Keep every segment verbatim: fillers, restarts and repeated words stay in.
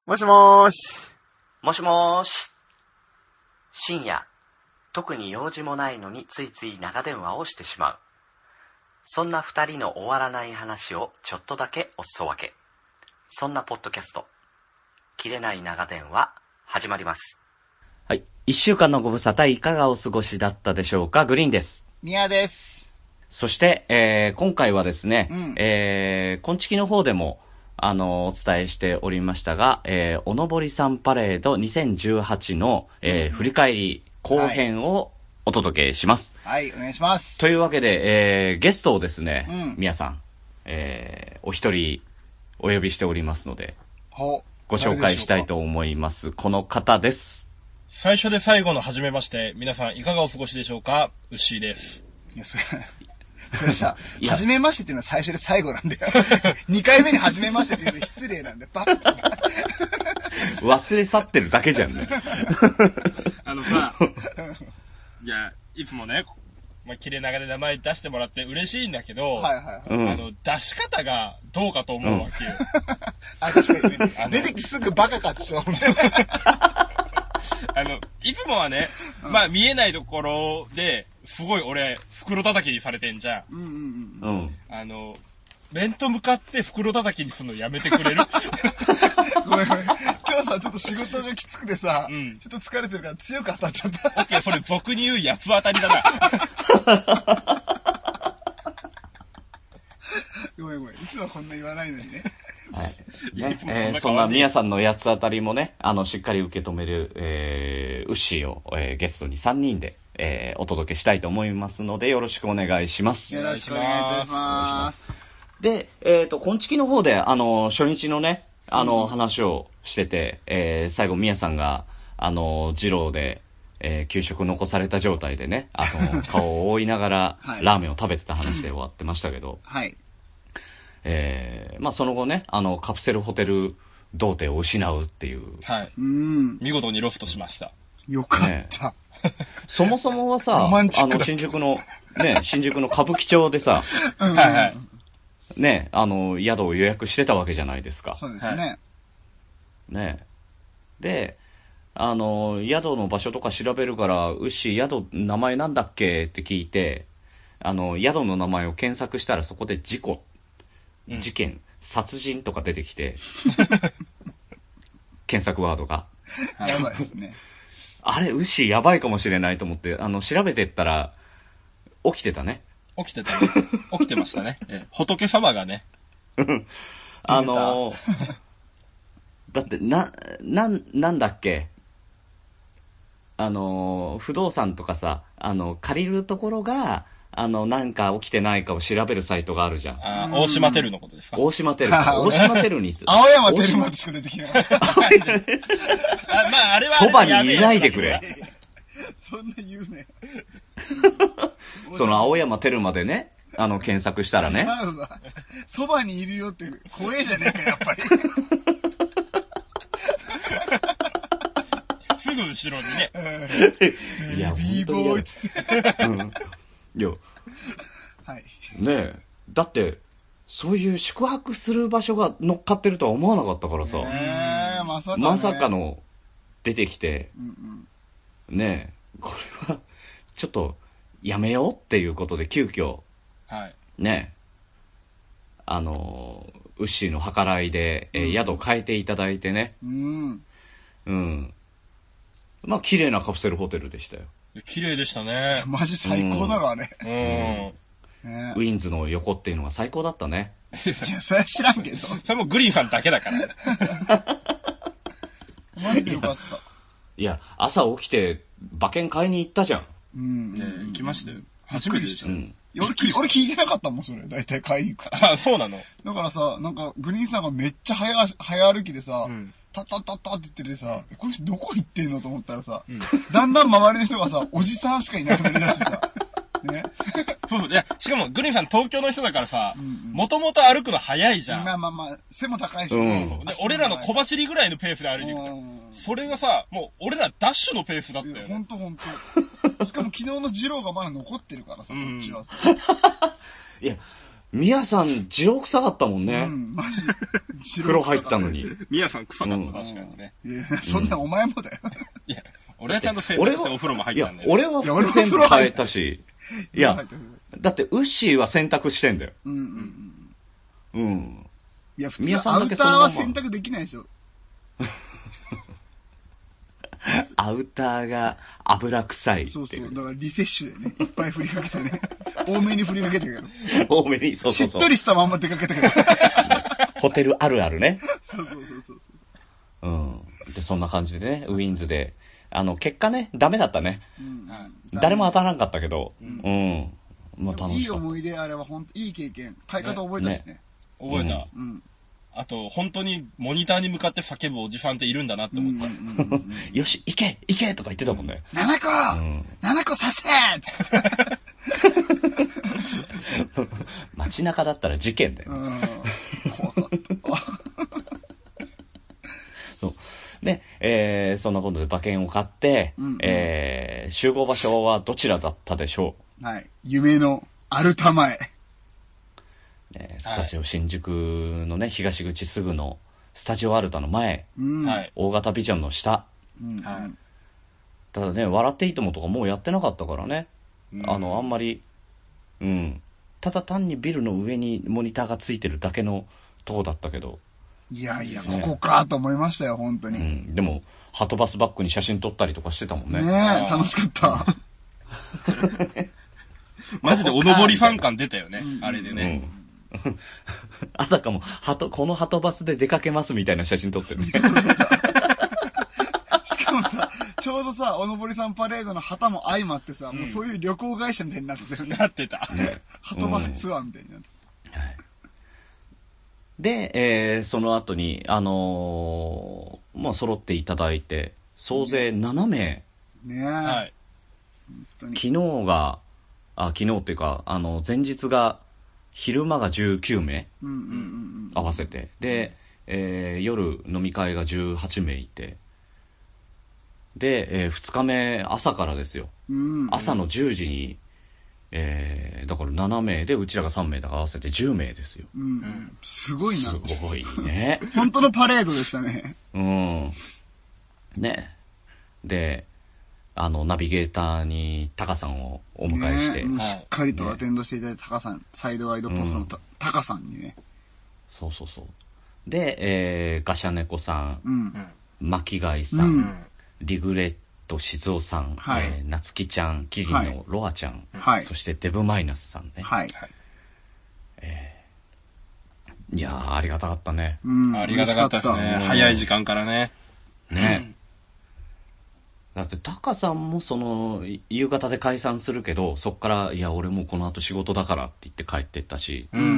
もしもーし。 もしもーし。深夜、特に用事もないのについつい長電話をしてしまう。そんな二人の終わらない話をちょっとだけおすそ分け。そんなポッドキャスト、切れない長電話、始まります。はい。一週間のご無沙汰いかがお過ごしだったでしょうか。グリーンです。 ミヤです。 そして、えー、今回はですね、 うん、 えー、こんちきの方でも、あの、お伝えしておりましたが、えー、おのぼりさんパレードにせんじゅうはちの、えー、振り返り後編をお届けします。 はい、はい、お願いします。 というわけで、えー、ゲストをですね、 うん、 皆さん、えー、お一人お呼びしておりますので、 ほご紹介したいと思います。この方です。 最初で最後の初めまして、皆さんいかがお過ごしでしょうか。ウッシーです。 いや、それ、それさ、初めましてっていうのは最初で最後なんだよ。にかいめに初めましてっていうのは失礼なんだよ。バッ忘れ去ってるだけじゃんね。 あのさ、じゃあ、いつもね、まあ、切れ長で名前出してもらって嬉しいんだけど、 はいはいはい。 うん、 あの、出し方がどうかと思うわけよ。うん、 あ、確かにね。出てきてすぐバカかって言ってたもんね。 あの、いつもはね、うん、まあ見えないところで、すごい俺、袋叩きにされてんじゃん。 うんうんうん。うん。 あの、面と向かって袋叩きにするのやめてくれる？ ごめんごめん。今日さ、ちょっと仕事がきつくてさ、うん、ちょっと疲れてるから強く当たっちゃった。 オッケー、それ俗に言う八つ当たりだな。 ごめんごめん。いつもこんな言わないのにね。 はい。ね、えー、そんなみやさんの八つ当たりもね、あの、しっかり受け止める、えー、ウッシーを、えー、ゲストにさんにんで、えー、お届けしたいと思いますので、よろしくお願いします。 よろしくお願いいたします。 で、えっと、こんちきの方で、あの、初日のね、あの、うん、話をしてて、えー、最後みやさんが、あの、二郎で、えー、給食残された状態でね、あの、顔を覆いながら、はい、ラーメンを食べてた話で終わってましたけど、 はい。 えー、まあその後ね、あの、カプセルホテル童貞を失うっていう。 はい。 うん。 見事にロストしました。 よかった。ね、 そもそもはさ、あの、新宿の、ね、新宿の歌舞伎町でさ、 うん、はいはい。 ね、あの、宿を予約してたわけじゃないですか。 そうですね。 ね。で、あの、宿の場所とか調べるから、うっしー、宿、名前なんだっけって聞いて、あの、宿の名前を検索したらそこで事故、事件、うん、殺人とか出てきて、検索ワードが。 やばいですね。 あれ、うっしーやばいかもしれないと思って、あの、調べてったら、起きてたね。 起きてたね。起きてましたね。え仏様がね。 あのー、だって、な、な、なんだっけあのー、不動産とかさ、あの、借りるところが、あの、なんか起きてないかを調べるサイトがあるじゃん。 ああ、大島テルのことですか？ 大島テル。大島テルにす。 青山テルまでしか出てきなかった。あ、 まあ、あれは。 そばにいないでくれ。 そんな言うね。 その青山テルまでね、あの、検索したらね。 そばにいるよって怖えじゃねえか、やっぱり。 すぐ後ろにね。 いや、ビーボーイつって。 うん。いや。 はい。 ねえ。だって、そういう宿泊する場所が乗っかってるとは思わなかったからさ。 えー、まさか、ね。 まさかの、出てきて、 うんうん、ねえ、これは、ちょっと、やめようっていうことで、急遽、 はい。 ねえ、あの、ウッシーの計らいで、えー、宿を変えていただいてね。 うん。 うん。まあ、綺麗なカプセルホテルでしたよ。 綺麗でしたね。 マジ最高だろ、あれ。 うん。うんね、ウィンズの横っていうのが最高だったね。 いや、それは知らんけど。それもグリーンさんだけだから。 マジでよかった。 いや、朝起きて、馬券買いに行ったじゃん。 うん。 ね、行きましたよ。初めてでした。うん。 俺聞、俺聞いてなかったもん、それ。だいたい買いに行く。 あ、そうなの？ だからさ、なんか、グリーンさんがめっちゃ早、早歩きでさ、うん、タッタッタッタって言っててさ、この人どこ行ってんのと思ったらさ、うん、だんだん周りの人がさ、おじさんしかいなくなりだしてさ、ね。 そうそう。いや、しかもグリーンさん東京の人だからさ、もともと歩くの早いじゃん。 まあまあまあ、背も高いしね。 うん、で俺らの小走りぐらいのペースで歩いていくじゃん。それがさ、もう俺らダッシュのペースだったよね。 ほんとほんと。しかも昨日の二郎がまだ残ってるからさ、こっちはさ。 いや、 みやさん、地獄臭かったもんね。 うん、マジ。 風呂入ったのに。 みやさん臭かった、確かにね。 いや、そんなお前もだよ。 いや、俺はちゃんと洗濯してお風呂も入ったんだよ。 俺は全部変えたし。いや、だってウッシーは洗濯してんだよ。 うんうんうん。うん。 いや、普通アウターは洗濯できないでしょ。 アウターが油臭いって。 そうそう。だからリセッシュでね。いっぱい振りかけてね。多めに振りかけたけど。 多めに、そうそうそう。 しっとりしたまんま出かけたけど。 ホテルあるあるね。 そうそうそうそう。 うん。で、そんな感じでね、ウィンズで。あの、結果ね、ダメだったね。うん、誰も当たらんかったけど。うん。うん、まあ楽しかった。いい思い出、あれは本当いい経験。買い方覚えたしね。 ね覚えた。うん。あと、本当にモニターに向かって叫ぶおじさんっているんだなって思った。 よし、行け行けとか言ってたもんね。 ななこ、うん、ななこ刺せ街中だったら事件だよ。うん、怖かった。そう。で、えー、そんなことで馬券を買って、うんうん、えー、集合場所はどちらだったでしょう？はい。夢のアルタ前。 えー、スタジオ新宿のね、東口すぐのスタジオアルタの前、うん、大型ビジョンの下、うんはい、ただね、笑っていいともとかもうやってなかったからね、うん、あのあんまり、うん、ただ単にビルの上にモニターがついてるだけのとこだったけど、 いやいや、ね、ここかと思いましたよ本当に、うん、 でもハトバスバッグに写真撮ったりとかしてたもんね。 ねえ、楽しかったマジでおのぼりファン感出たよね、うん、あれでね、うんあたかも、はと、このハトバスで出かけますみたいな写真撮ってるね。 しかもさ、ちょうどさ、おのぼりさんパレードの旗も相まってさ、うん、もうそういう旅行会社みたいになってたよね。 なってた。 ね、ハトバスツアーみたいになってた。うんはい、 で、えー、その後に、あのー、まあ、揃っていただいて、総勢ななめい。 ねえ。はい。 昨日が、あ、昨日っていうか、あの、前日が、昼間がじゅうきゅうめい、うんうんうん、合わせてで、えー、夜飲み会がじゅうはちめいいてで、えー、ふつかめ朝からですよ、うんうん、朝のじゅうじに、えー、だからななめいでうちらがさんめいだから合わせてじゅうめいですよ、うんうん、 すごいな。 すごいね本当のパレードでしたね。 うんねであの、ナビゲーターにタカさんをお迎えして。 ね、しっかりとアテンドしていただいたタカさん、ね、サイドワイドポストのタ、うん、タカさんにね。 そうそうそう。で、えー、ガシャネコさん、うん、巻貝さん、うん、リグレット静雄さん、はいえー、夏希ちゃん、キリのロアちゃん、はい、そしてデブマイナスさんね。はい。えー、いやー、ありがたかったね。 うん、ありがたかったですね。早い時間からね。 ね。だってタカさんもその夕方で解散するけどそっからいや俺もうこの後仕事だからって言って帰ってったし、うん、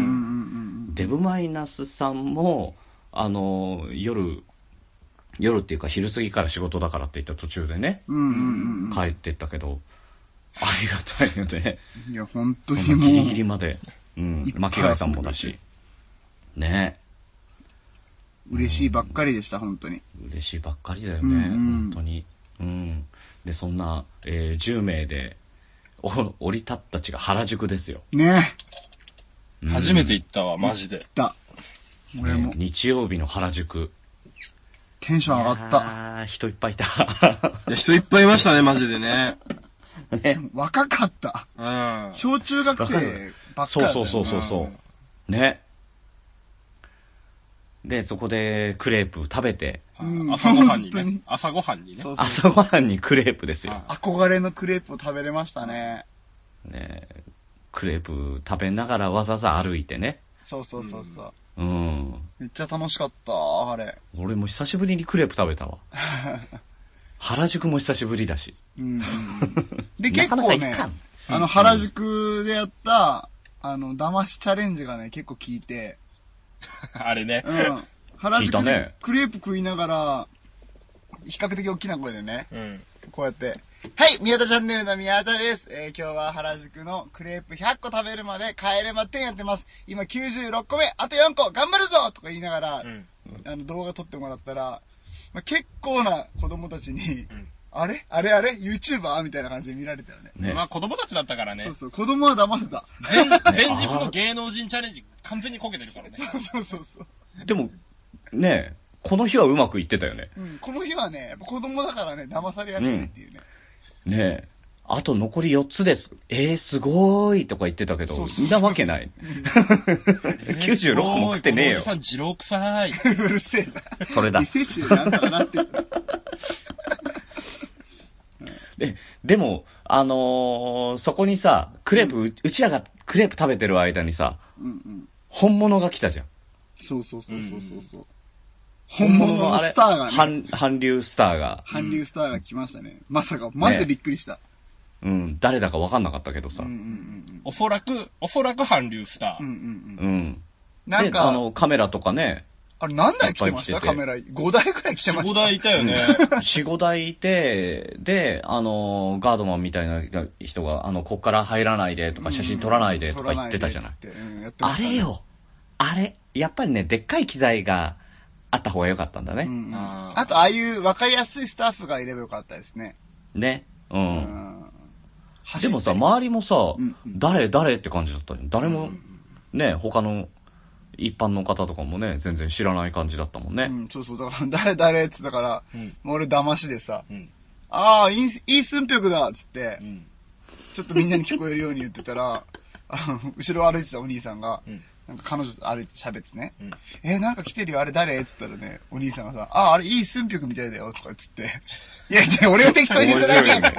デブマイナスさんもあの夜夜っていうか昼過ぎから仕事だからって言った途中でね、うんうんうん、帰ってったけどありがたいよね。 いや本当にもうギリギリまで、うん、巻貝さんもだしね嬉しいばっかりでした、うん、本当に嬉しいばっかりだよね、うんうん、本当に。うん、でそんな、えー、じゅうめいでお降り立ったちが原宿ですよね、 うん、初めて行ったわマジで行った俺も、 ね、日曜日の原宿テンション上がった。 あ人いっぱいいた。いや人いっぱいいましたねマジでね。 ね若かった、うん、小中学生ばっかりだよ。 そうそうそうそうそう、うん、ねで、そこでクレープ食べて。 うん、朝ごはんにね。朝ごはんにね。 そうそうそう朝ごはんにクレープですよ。 憧れのクレープを食べれましたね。 ねクレープ食べながらわざわざ歩いてね。 そうそうそうそう。 うん。 めっちゃ楽しかった、あれ。 俺も久しぶりにクレープ食べたわ。原宿も久しぶりだし。うん、 で、結構ね、あの、原宿でやった、あの、騙しチャレンジがね、結構効いて、 あれね。 うん。原宿でクレープ食いながら、比較的大きな声でね、うん、こうやって、はい、宮田チャンネルの宮田です。えー、今日は原宿のクレープひゃっこ食べるまで帰れまてんやってます。今きゅうじゅうろっこめ、あとよんこ頑張るぞとか言いながら、うん、あの動画撮ってもらったら、まあ、結構な子供たちに、うん、 あれあれあれ ?YouTuber? みたいな感じで見られたよね。 ねまあ子供たちだったからね。 そうそう、子供は騙せた。 前、前日の芸能人チャレンジ完全にこけてるからね。 そうそうそうそう。 でも、ねえ、この日はうまくいってたよね。 うん、この日はね、やっぱ子供だからね、騙されやすいっていうね。 うん、ねえ。あと残りよっつです。えー、すごーいとか言ってたけど、 そうそうそういなわけない。きゅうじゅうろくも食ってねえよ。 おじさん、二郎臭い。 うるせえな。 それだ。 未摂取なんとかなってる。 で、でも、あのー、そこにさ、クレープ、うん、うちらがクレープ食べてる間にさ、 うんうん、 本物が来たじゃん。 そうそうそうそうそうそう。本物のスターがね。 韓、韓流スターが。 韓流スターが来ましたね。まさか、マジでびっくりした。ね、 うん、誰だか分かんなかったけどさ。 うんうんうん、 おそらく、おそらく韓流スター。 うんうんうん。 うん。 なんか、 あの、カメラとかね。 あれ何台来てましたカメラ。ごだいくらい来てました。 よん、ごだいいたよね。 よん、ごだいいて、で、あの、ガードマンみたいな人が、あの、こっから入らないでとか、写真撮らないでとか言ってたじゃない。うん、あれよ。あれ。やっぱりね、でっかい機材があった方が良かったんだね。うんうん、 あ, あと、ああいう分かりやすいスタッフがいればよかったですね。 ね。うん。 うんでもさ、周りもさ、うんうん、誰、誰って感じだったよ。誰も、ね、他の一般の方とかもね、全然知らない感じだったもんね。 うん、そうそう。だから、誰、誰って言ったから、うん、俺騙しでさ、うん、ああ、いい、いい寸評だっつって、うん、ちょっとみんなに聞こえるように言ってたら、あの、後ろ歩いてたお兄さんが、うん、なんか彼女と歩いて喋ってね、うん、えー、なんか来てるよ、あれ誰って言ったらね、お兄さんがさ、ああ、あれいい寸評みたいだよ、とか言ってって、いや、じゃ俺を適当に言ってないから。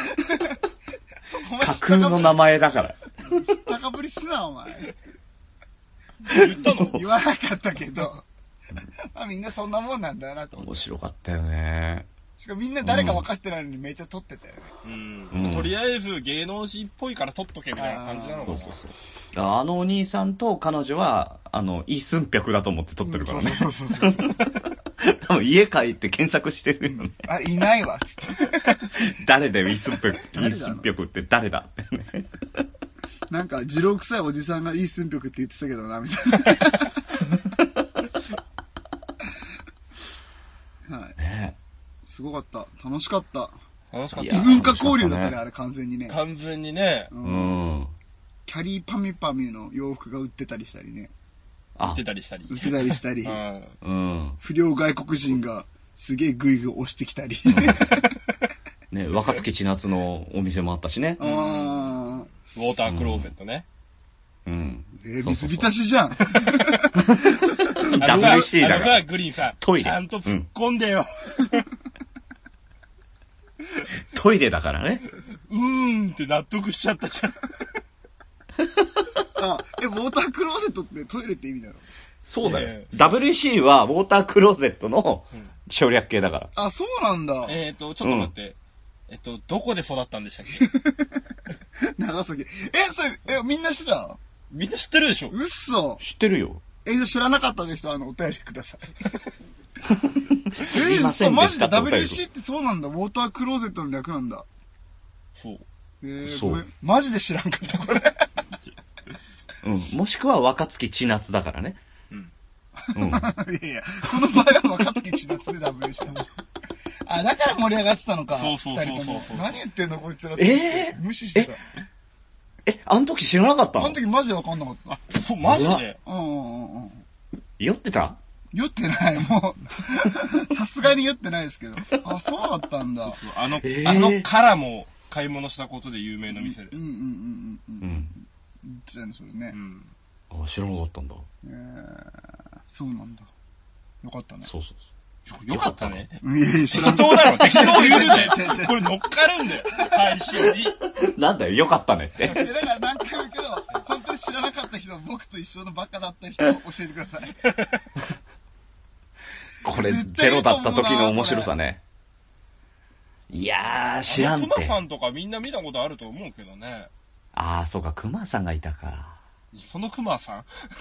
架空の名前だから。 知ったかぶりすな、お前。 言ったの？ 言わなかったけど。まあみんなそんなもんなんだなと思って。 面白かったよね。 しかもみんな誰か分かってないのにめっちゃ撮ってたよね。 うん。うん、とりあえず芸能人っぽいから撮っとけみたいな感じなのかな。そうそうそう。あのお兄さんと彼女は、あの、イ・スンピョクだと思って撮ってるからね。 うん、そうそうそうそう。 多分家帰って検索してるよね。 うん、あれ、いないわ、つって。 誰だよ、イ・スンピョク。イ・スンピョクって誰だなんか、二郎臭いおじさんがイ・スンピョクって言ってたけどな、みたいな。はい。ねすごかった。楽しかった。 楽しかった。 異文化交流だったね、あれ完全にね。 完全にね。 うん。 キャリーパミュパミュの洋服が売ってたりしたりね。 売ってたりしたり。 売ってたりしたり。 うん。 不良外国人がすげえグイグイ押してきたり。 ね、若槻千夏のお店もあったしね。 ああ。 ウォータークローゼットね。 うん。 えー、水浸しじゃん。 ダブリューシー だから。 あのさ、グリーンさん。 トイレ。 ちゃんと突っ込んでよ。 トイレだからね。 うーんって納得しちゃったじゃん。 あ、え、ウォータークローゼットってトイレって意味だろ？ そうだよ。えー、ダブリューシー はウォータークローゼットの省略形だから。 あ、そうなんだ。 えっと、ちょっと待って。うん、えっと、どこで育ったんでしたっけ長崎。え、それ、え、みんな知ってた？ みんな知ってるでしょ？ うっそ。 知ってるよ。 え、じゃ知らなかった人はあの、お便りください。えー、そう、マジで ダブリューシー ってそうなんだ。ウォータークローゼットの略なんだ。 そう。 えー、ごめん。マジで知らんかった、これ。 うん。もしくは若槻千夏だからね。 うん。 うん。いやいや、この場合は若槻千夏で ダブリューシー なんです。あ、だから盛り上がってたのか。 そうそうそうそうそう。 何言ってんの、こいつらって。 えー、 無視してた。 え、あの時知らなかったの？ あの時マジでわかんなかった。 あ、そう、マジで？ うんうんうんうん。 酔ってた？ 酔ってない、もう。さすがに酔ってないですけど。あ、そうだったんだ。そうそうあの、えー、あのからも買い物したことで有名な店で。 うんうんうんうん。うん。言ってたよね、それね。 うん。あ、知らなかったんだ。 えー、そうなんだ。よかったね。 そうそうそう。 よかったね。 いやいや、 適当だろ、適当言うんだよ。これ乗っかるんだよ。配信に。 なんだよ、よかったねって。 だから何回も言うけど、本当に知らなかった人、僕と一緒のバカだった人、教えてください。 これ、ゼロだった時の面白さね。いやー、知らんて。 クマさんとかみんな見たことあると思うけどね。 あー、そうか、クマさんがいたか。 そのクマさん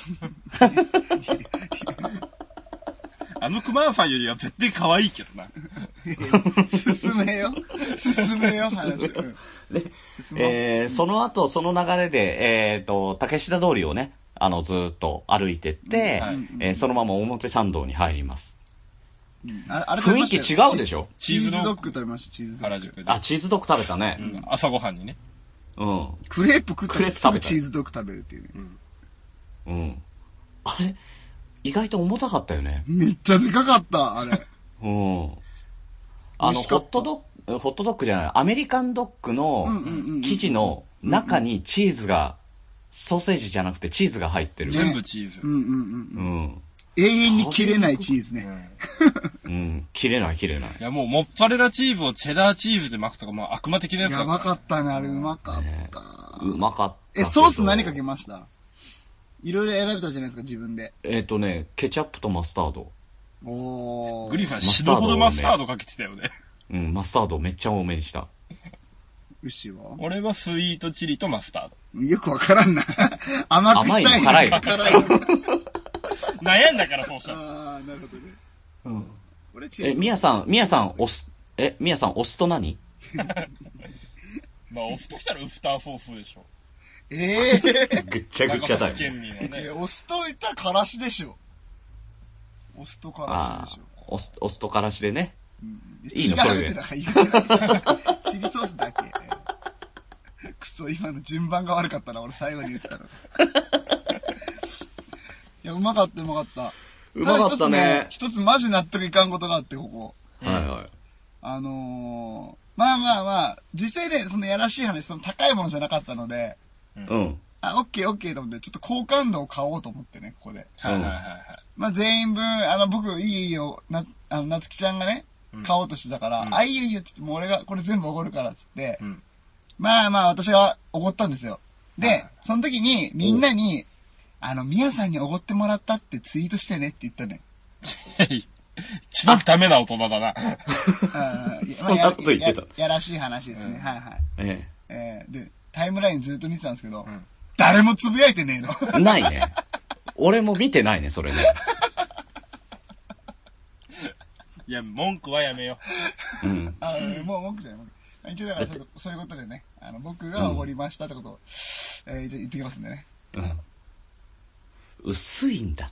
あのクマさんよりは絶対可愛いけどな。 進めよ。進めよ、話。 で、えー、その後、その流れで、えーと、竹下通りをね、あの、ずーっと歩いてって、はい、えー、そのまま表参道に入ります。 うん、ああれ雰囲気違うでしょ？ チーズドッグ食べました、チーズドッグ。 原宿で。 あ、チーズドッグ食べたね。 うん。朝ごはんにね。 うん。 クレープ食ったらすぐチーズドッグ食べるっていうね。 うん。うん。あれ、意外と重たかったよね。 めっちゃでかかった、あれ。 うん。あの、ホットドッグ、ホットドッグじゃない、アメリカンドッグの生地の中にチーズが、ソーセージじゃなくてチーズが入ってる。 全部チーズ。 うんうんうん。うん。永遠に切れないチーズね。 うん。切れない切れない。 いやもうモッツァレラチーズをチェダーチーズで巻くとかもう悪魔的なやつだった。 やばかったね、あれうまかった。ね、 うまかった。 え、ソース何かけました？いろいろ選べたじゃないですか、自分で。 えっとね、ケチャップとマスタード。 おー。 グリファン死ぬほどマスタードかけてたよね。 うん、マスタードめっちゃ多めにした。 牛は俺はスイートチリとマスタード。 よくわからんな。甘くしたいの。 甘いの辛いの。 悩んだからそうした。ああ、なるほどね。 うん。俺え、みやさん、みやさん、押す、え、みやさん、押すと何？ まあ、押すときたらウスターソースでしょ。 ええー。ぐっちゃぐちゃだよ。 県民はね。 え、押すと言ったらからしでしょ。押すとからしでしょ。 押す、押すとからしでね。 うん、いいのそれで。違うってだから言い方チリソースだけ。くそ、今の順番が悪かったな、俺最後に言ったの。いや、うまかった、うまかった。 うまかったね。 一つマジ納得いかんことがあって、ここ。 はいはい。 あのー、まあまあまあ、実際ね、そのやらしい話、その高いものじゃなかったので、 うん。 あ、オッケーオッケーと思って、ちょっと好感度を買おうと思ってね、ここで。 はいはいはいはい。 まあ全員分、あの、僕、いいよいいよ、な、あの、なつきちゃんがね、買おうとしてたから、うん、あ、いいよいいよって言って、もう俺がこれ全部おごるからっつって、うん、まあまあ私がおごったんですよ。で、その時にみんなに、あの、みやさんにおごってもらったってツイートしてねって言ったね。 一番ダメな大人だな。 そんなこと言ってた。 や, や, やらしい話ですね。うん、はいはい。 えええー、で、タイムラインずっと見てたんですけど、うん、誰もつぶやいてねえの。ないね。俺も見てないね、それね。 いや、文句はやめよう。うん。 あもう文句じゃない。一応だからそう、そういうことでね、あの、僕がおごりましたってことを、うん、えー、一応言ってきますんでね。 うん。薄いんだって。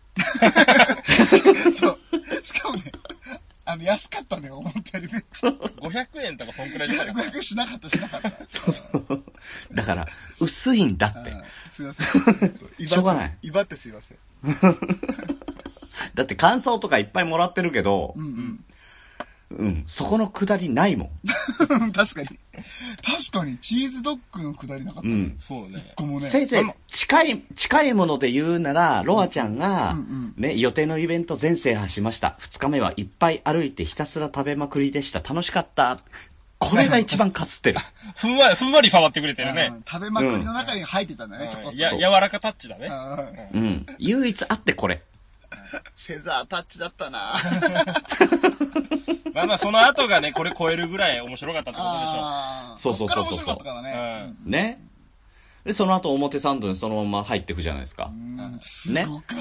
そう。しかもね、あの、安かったね、思ったよりめっちゃ。 ごひゃくえんとかそんくらいしなかった。 ごひゃくえんしなかった、しなかった。 そうそう。だから、薄いんだって。 すいません。 しょうがない。 威張ってすいません。 だって感想とかいっぱいもらってるけど、 うんうん。 うん、そこのくだりないもん。確かに。確かに、チーズドッグのくだりなかった。うん。 そうね。 一個もね。 せいぜい、近い、近いもので言うなら、ロアちゃんが、うんうん、ね、予定のイベント全制覇しました。二日目はいっぱい歩いてひたすら食べまくりでした。楽しかった。これが一番かすってる。 ふんわり、ふんわり触ってくれてるね。 食べまくりの中に入ってたんだね、 うん、 ちょっと。 や、柔らかタッチだね。 うん。唯一あってこれ。 フェザータッチだったなまあまあ、その後がね、これ超えるぐらい面白かったってことでしょ。 そうそうそうそう。 面白かったからね。 うん、ね。で、その後表参道にそのまま入っていくじゃないですか。 うん、すごかった、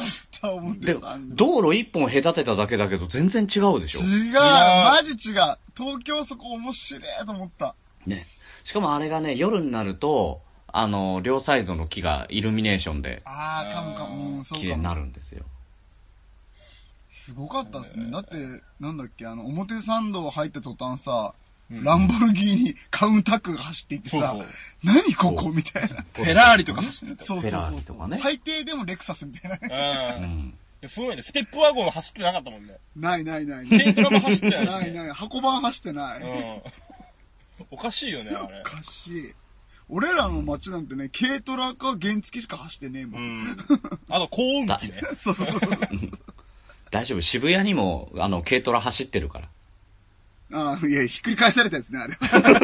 表参道。 道路一本隔てただけだけど全然違うでしょ。 違う、マジ違う。東京そこ面白いと思った。 ね。しかもあれがね、夜になると、あの、両サイドの木がイルミネーションで。 ああ、かもかも。うん、そうかも。 綺麗になるんですよ。 すごかったですね。だって、なんだっけ、あの、表参道入った途端さ、うん、ランボルギーニカウンタックが走っていってさ、そうそう何ここみたいな。 フェラーリとか走ってた。 そうそうそうそう、ね。最低でもレクサスみたいなね。 うん。いや、すごいね。ステップワゴン走ってなかったもんね。 ないないない。 軽トラも走ってない。 ないない。箱番走ってない。 うん。おかしいよね、あれ。 おかしい。俺らの街なんてね、軽トラか原付しか走ってねえもん。うん。 あと、幸運機ね。 そうそうそうそう。 大丈夫。渋谷にも、あの、軽トラ走ってるから。 ああ、いや、ひっくり返されたやつね、あれ。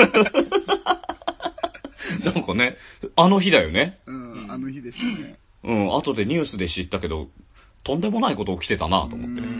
なんかね、あの日だよね。 うん、あの日ですね。 うん、後でニュースで知ったけど、とんでもないこと起きてたなと思って。うん、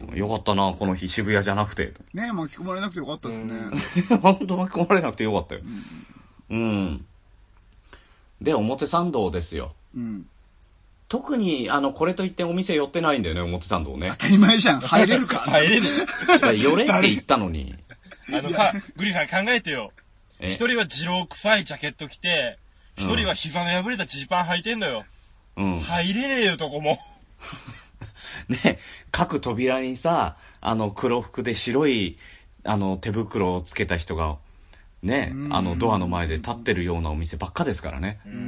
うん、よかったな、この日渋谷じゃなくて。 ねえ、巻き込まれなくてよかったですね。 本当巻き込まれなくてよかったよ。うん。うん、で、表参道ですよ。 うん。 特に、あの、これといってお店寄ってないんだよね、表参道ね。 当たり前じゃん。入れるか入れる。 寄れって言ったのに。 あのさ、グリさん考えてよ。一人は二郎臭いジャケット着て、一人は膝の破れたジーパン履いてんのよ。うん。入れねえよ、とこも。 ね、各扉にさ、あの、黒服で白い、あの、手袋をつけた人が、ね、あの、ドアの前で立ってるようなお店ばっかですからね。 うん。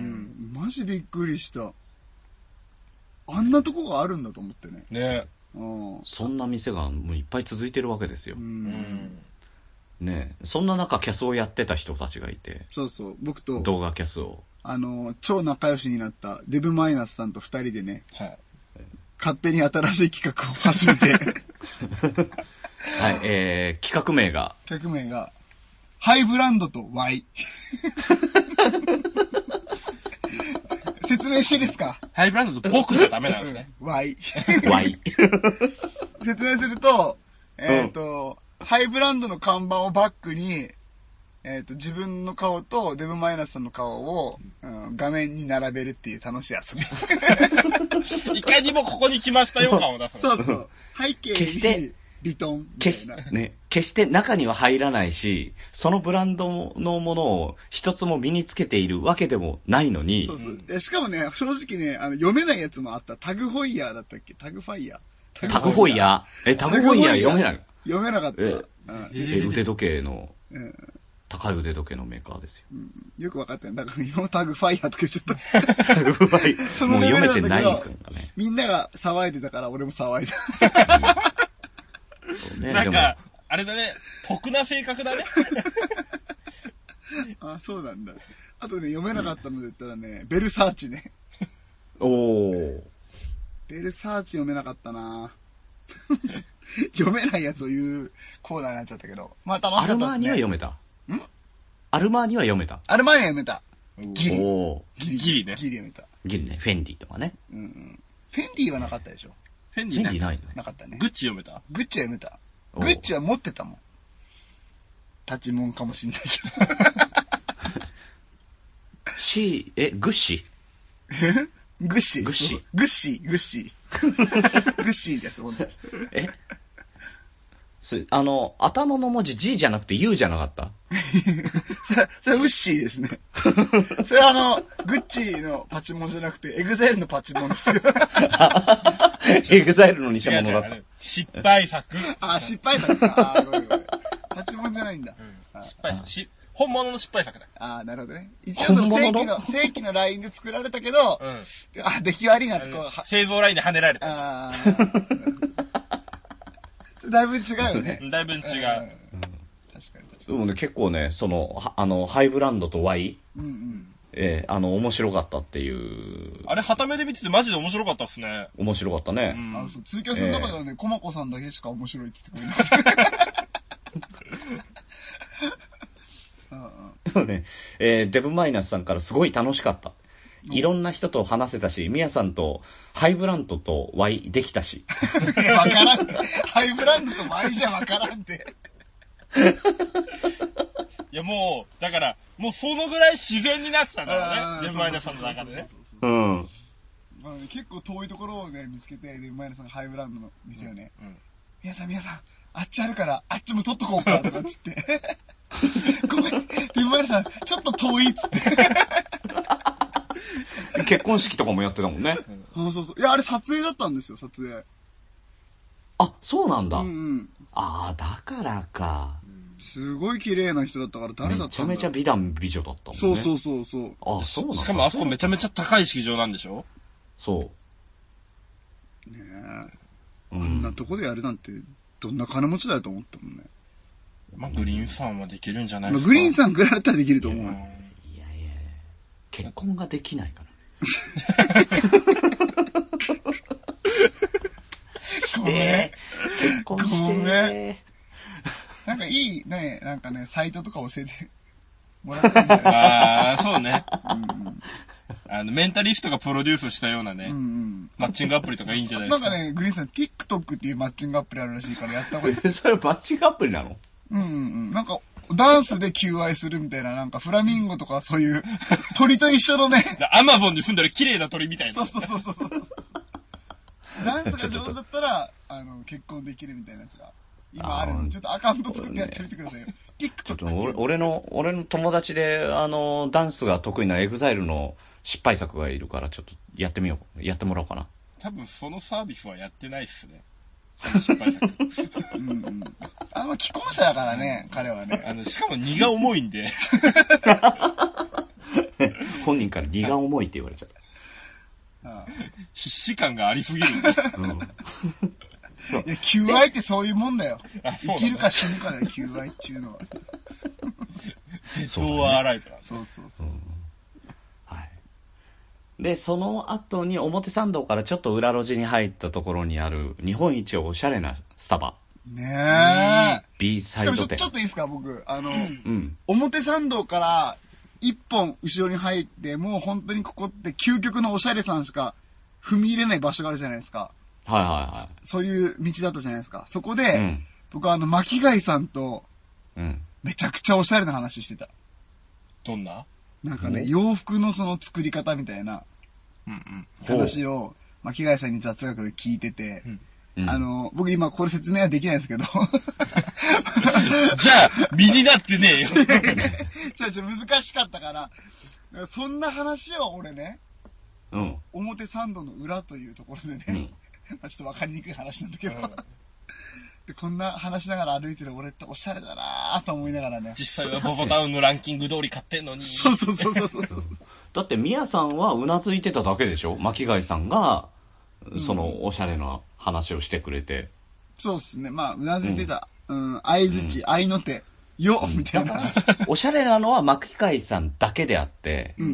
マジびっくりした。あんなとこがあるんだと思ってね。 ね。 うん。 そんな店がもういっぱい続いてるわけですよ。 うん。 ね、そんな中キャスをやってた人たちがいて。 そうそう。僕と。 動画キャスを。 あの、超仲良しになったデブマイナスさんと二人でね。 はい。 勝手に新しい企画を始めて。 はい、えー、企画名が。 企画名が、ハイブランドと Y。説明していいですか？ ハイブランドと僕じゃダメなんですね。 Y。 Y。 説明すると、えっと、うん、ハイブランドの看板をバックに、えっと、自分の顔とデブマイナスさんの顔を、うん、画面に並べるっていう楽しい遊び。 いかにもここに来ましたよ感を出す。 そうそう。背景に。 決してビトン決し、ね、決して中には入らないし、そのブランドのものを一つも身につけているわけでもないのに。 そうそう。うん、しかもね、正直ね、あの、読めないやつもあった。タグホイヤーだったっけ？タグファイヤータグホイヤーえ、タグホイヤー読めないの？ 読めなかった。 え、え腕時計の、うん、高い腕時計のメーカーですよ。 うん、よくわかったよ。だから今タグファイヤーとか言っちゃった。タグファイヤー。そのレベルなんだけど、もう読めてないんだね。みんなが騒いでたから俺も騒いだ。 ね、なんか、あれだね、得な性格だね。 あ、そうなんだ。あとね、読めなかったので言ったらね、ベルサーチね。 おー。 ベルサーチ読めなかったな読めないやつを言うコーナーになっちゃったけど。まあ楽しかったですね。アルマーニは読めた。んアルマーニは読めた。 アルマーニは読めた。ギリ。 おギリ。ギリね。 ギリ読めた。 ギリね。フェンディとかね。 うんうん。フェンディはなかったでしょ。 フェンディないないね。 なかったね。 グッチ読めた？ グッチは読めた。グッチは持ってたもん。立ちもんかもしんないけど。し、え、グッシえグッシグッシグッシグッシグッシーってやつ持ってた。 えあの、頭の文字 G じゃなくて U じゃなかったそれ、それウッシーですね。それはあの、グッチのパチモンじゃなくて、エグザイルのパチモンですよ。 エグザイルの偽物だった。 失敗作。 あ、失敗作か。あ、ごめんごめん。パチモンじゃないんだ。 うん、失敗作。し、本物の失敗作だ。 あ、なるほどね。一応その正規の、正規のラインで作られたけど、うん、あ、出来悪いなってこう。 製造ラインで跳ねられた。あだいぶ違うよね。 だいぶ違う。うん、確かに確かに。 でもね、結構ね、その、あの、ハイブランドと Y、うんうん、えー、あの、面白かったっていう。 あれ、はためで見ててマジで面白かったっすね。 面白かったね。 うん、あの、そう、ツイキャスの中ではね、コマコさんだけしか面白いって言ってくれます。 でもね、えー、デブマイナスさんからすごい楽しかった。いろんな人と話せたし、ミヤさんとハイブランドと Y できたし。 いや、わからんって。ハイブランドと Y じゃわからんって。 いや、もう、だから、もうそのぐらい自然になってたんだろうね。デブマイナスさんの中でね。 うん。 まあね、結構遠いところをね、見つけて、デブマイナスさんがハイブランドの店をね、うんうん、皆さん皆さん、あっちあるから、あっちも取っとこうか、とかっつって。ごめん、デブマイナスさん、ちょっと遠いっつって。 結婚式とかもやってたもんね。 うん、あ、そうそう。いや、あれ撮影だったんですよ、撮影。 あ、そうなんだ。 うんうん。 ああ、だからか。 すごい綺麗な人だったから誰だったんだろう。 めちゃめちゃ美男美女だったもんね。 そうそうそうそう。 あ、そうなんだ。 しかもあそこめちゃめちゃ高い式場なんでしょ？ そう。 ねえ。あんなとこでやるなんて、どんな金持ちだよと思ったもんね。 まあ、グリーンさんはできるんじゃないですか。 まあ、グリーンさんぐらいだったらできると思う。いやいや、 結婚ができないから。 ごめん。 結婚して。ごめん。 なんかいいね、なんかね、サイトとか教えてもらっていいんじゃないですか。 ああ、そうね。うん、あの、メンタリストがプロデュースしたようなね、うんうん、マッチングアプリとかいいんじゃないですか。 なんかね、グリーンさん、TikTok っていうマッチングアプリあるらしいからやった方がいいです。 それマッチングアプリなの？ うんうんうん。なんか、ダンスで求愛するみたいな、なんかフラミンゴとかそういう鳥と一緒のね。 アマゾンで住んでる綺麗な鳥みたいな。 そうそうそうそうそう。ダンスが上手だったら、あの、結婚できるみたいなやつが。今あるの。ちょっとアカウント作ってやってみてくださいよ。 TikTok。俺の、俺の友達で、あの、ダンスが得意なエグザイルの失敗作がいるから、ちょっとやってみよう。やってもらおうかな。 多分そのサービスはやってないっすね。失敗作。 うんうん。あんま既婚者だからね、彼はね。 あの、しかも荷が重いんで。 本人から荷が重いって言われちゃった。 ああ必死感がありすぎるんで。うん、いや、求愛ってそういうもんだよ。生きるか死ぬかだよ、求愛っていうのは。 デッドアライブなんそうそうそう。うんはい。で、その後に表参道からちょっと裏路地に入ったところにある日本一おしゃれなスタバ。 ねえ。 B サイド店。 しかもちょ、ちょっといいですか、僕。あの、うん、 表参道から一本後ろに入って、もう本当にここって究極のおしゃれさんしか踏み入れない場所があるじゃないですか。 はいはいはい。 そういう道だったじゃないですか。そこで、 うん、 僕はあの、巻貝さんと、 うん、 めちゃくちゃおしゃれな話してた。 どんな？ なんかね、洋服のその作り方みたいな話を、巻貝さんに雑学で聞いてて、うん、あの、僕今これ説明はできないんですけど。 じゃあ、身になってねえよ。 じゃあ、ちょっと難しかったから、そんな話を俺ね、 うん、 表参道の裏というところでね、うん、まあちょっとわかりにくい話なんだけど、うん、でこんな話しながら歩いてる俺っておしゃれだなぁと思いながらね。 実際はボボタウンのランキング通り買ってんのに。 そうそうそうそうそう。 だってミヤさんはうなずいてただけでしょ？巻貝さんが、そのおしゃれな話をしてくれて。 そうですね。まあ、うなずいてた。うん、相づち、合いの手、よ、みたいな。 おしゃれなのは巻貝さんだけであって、 うんうん、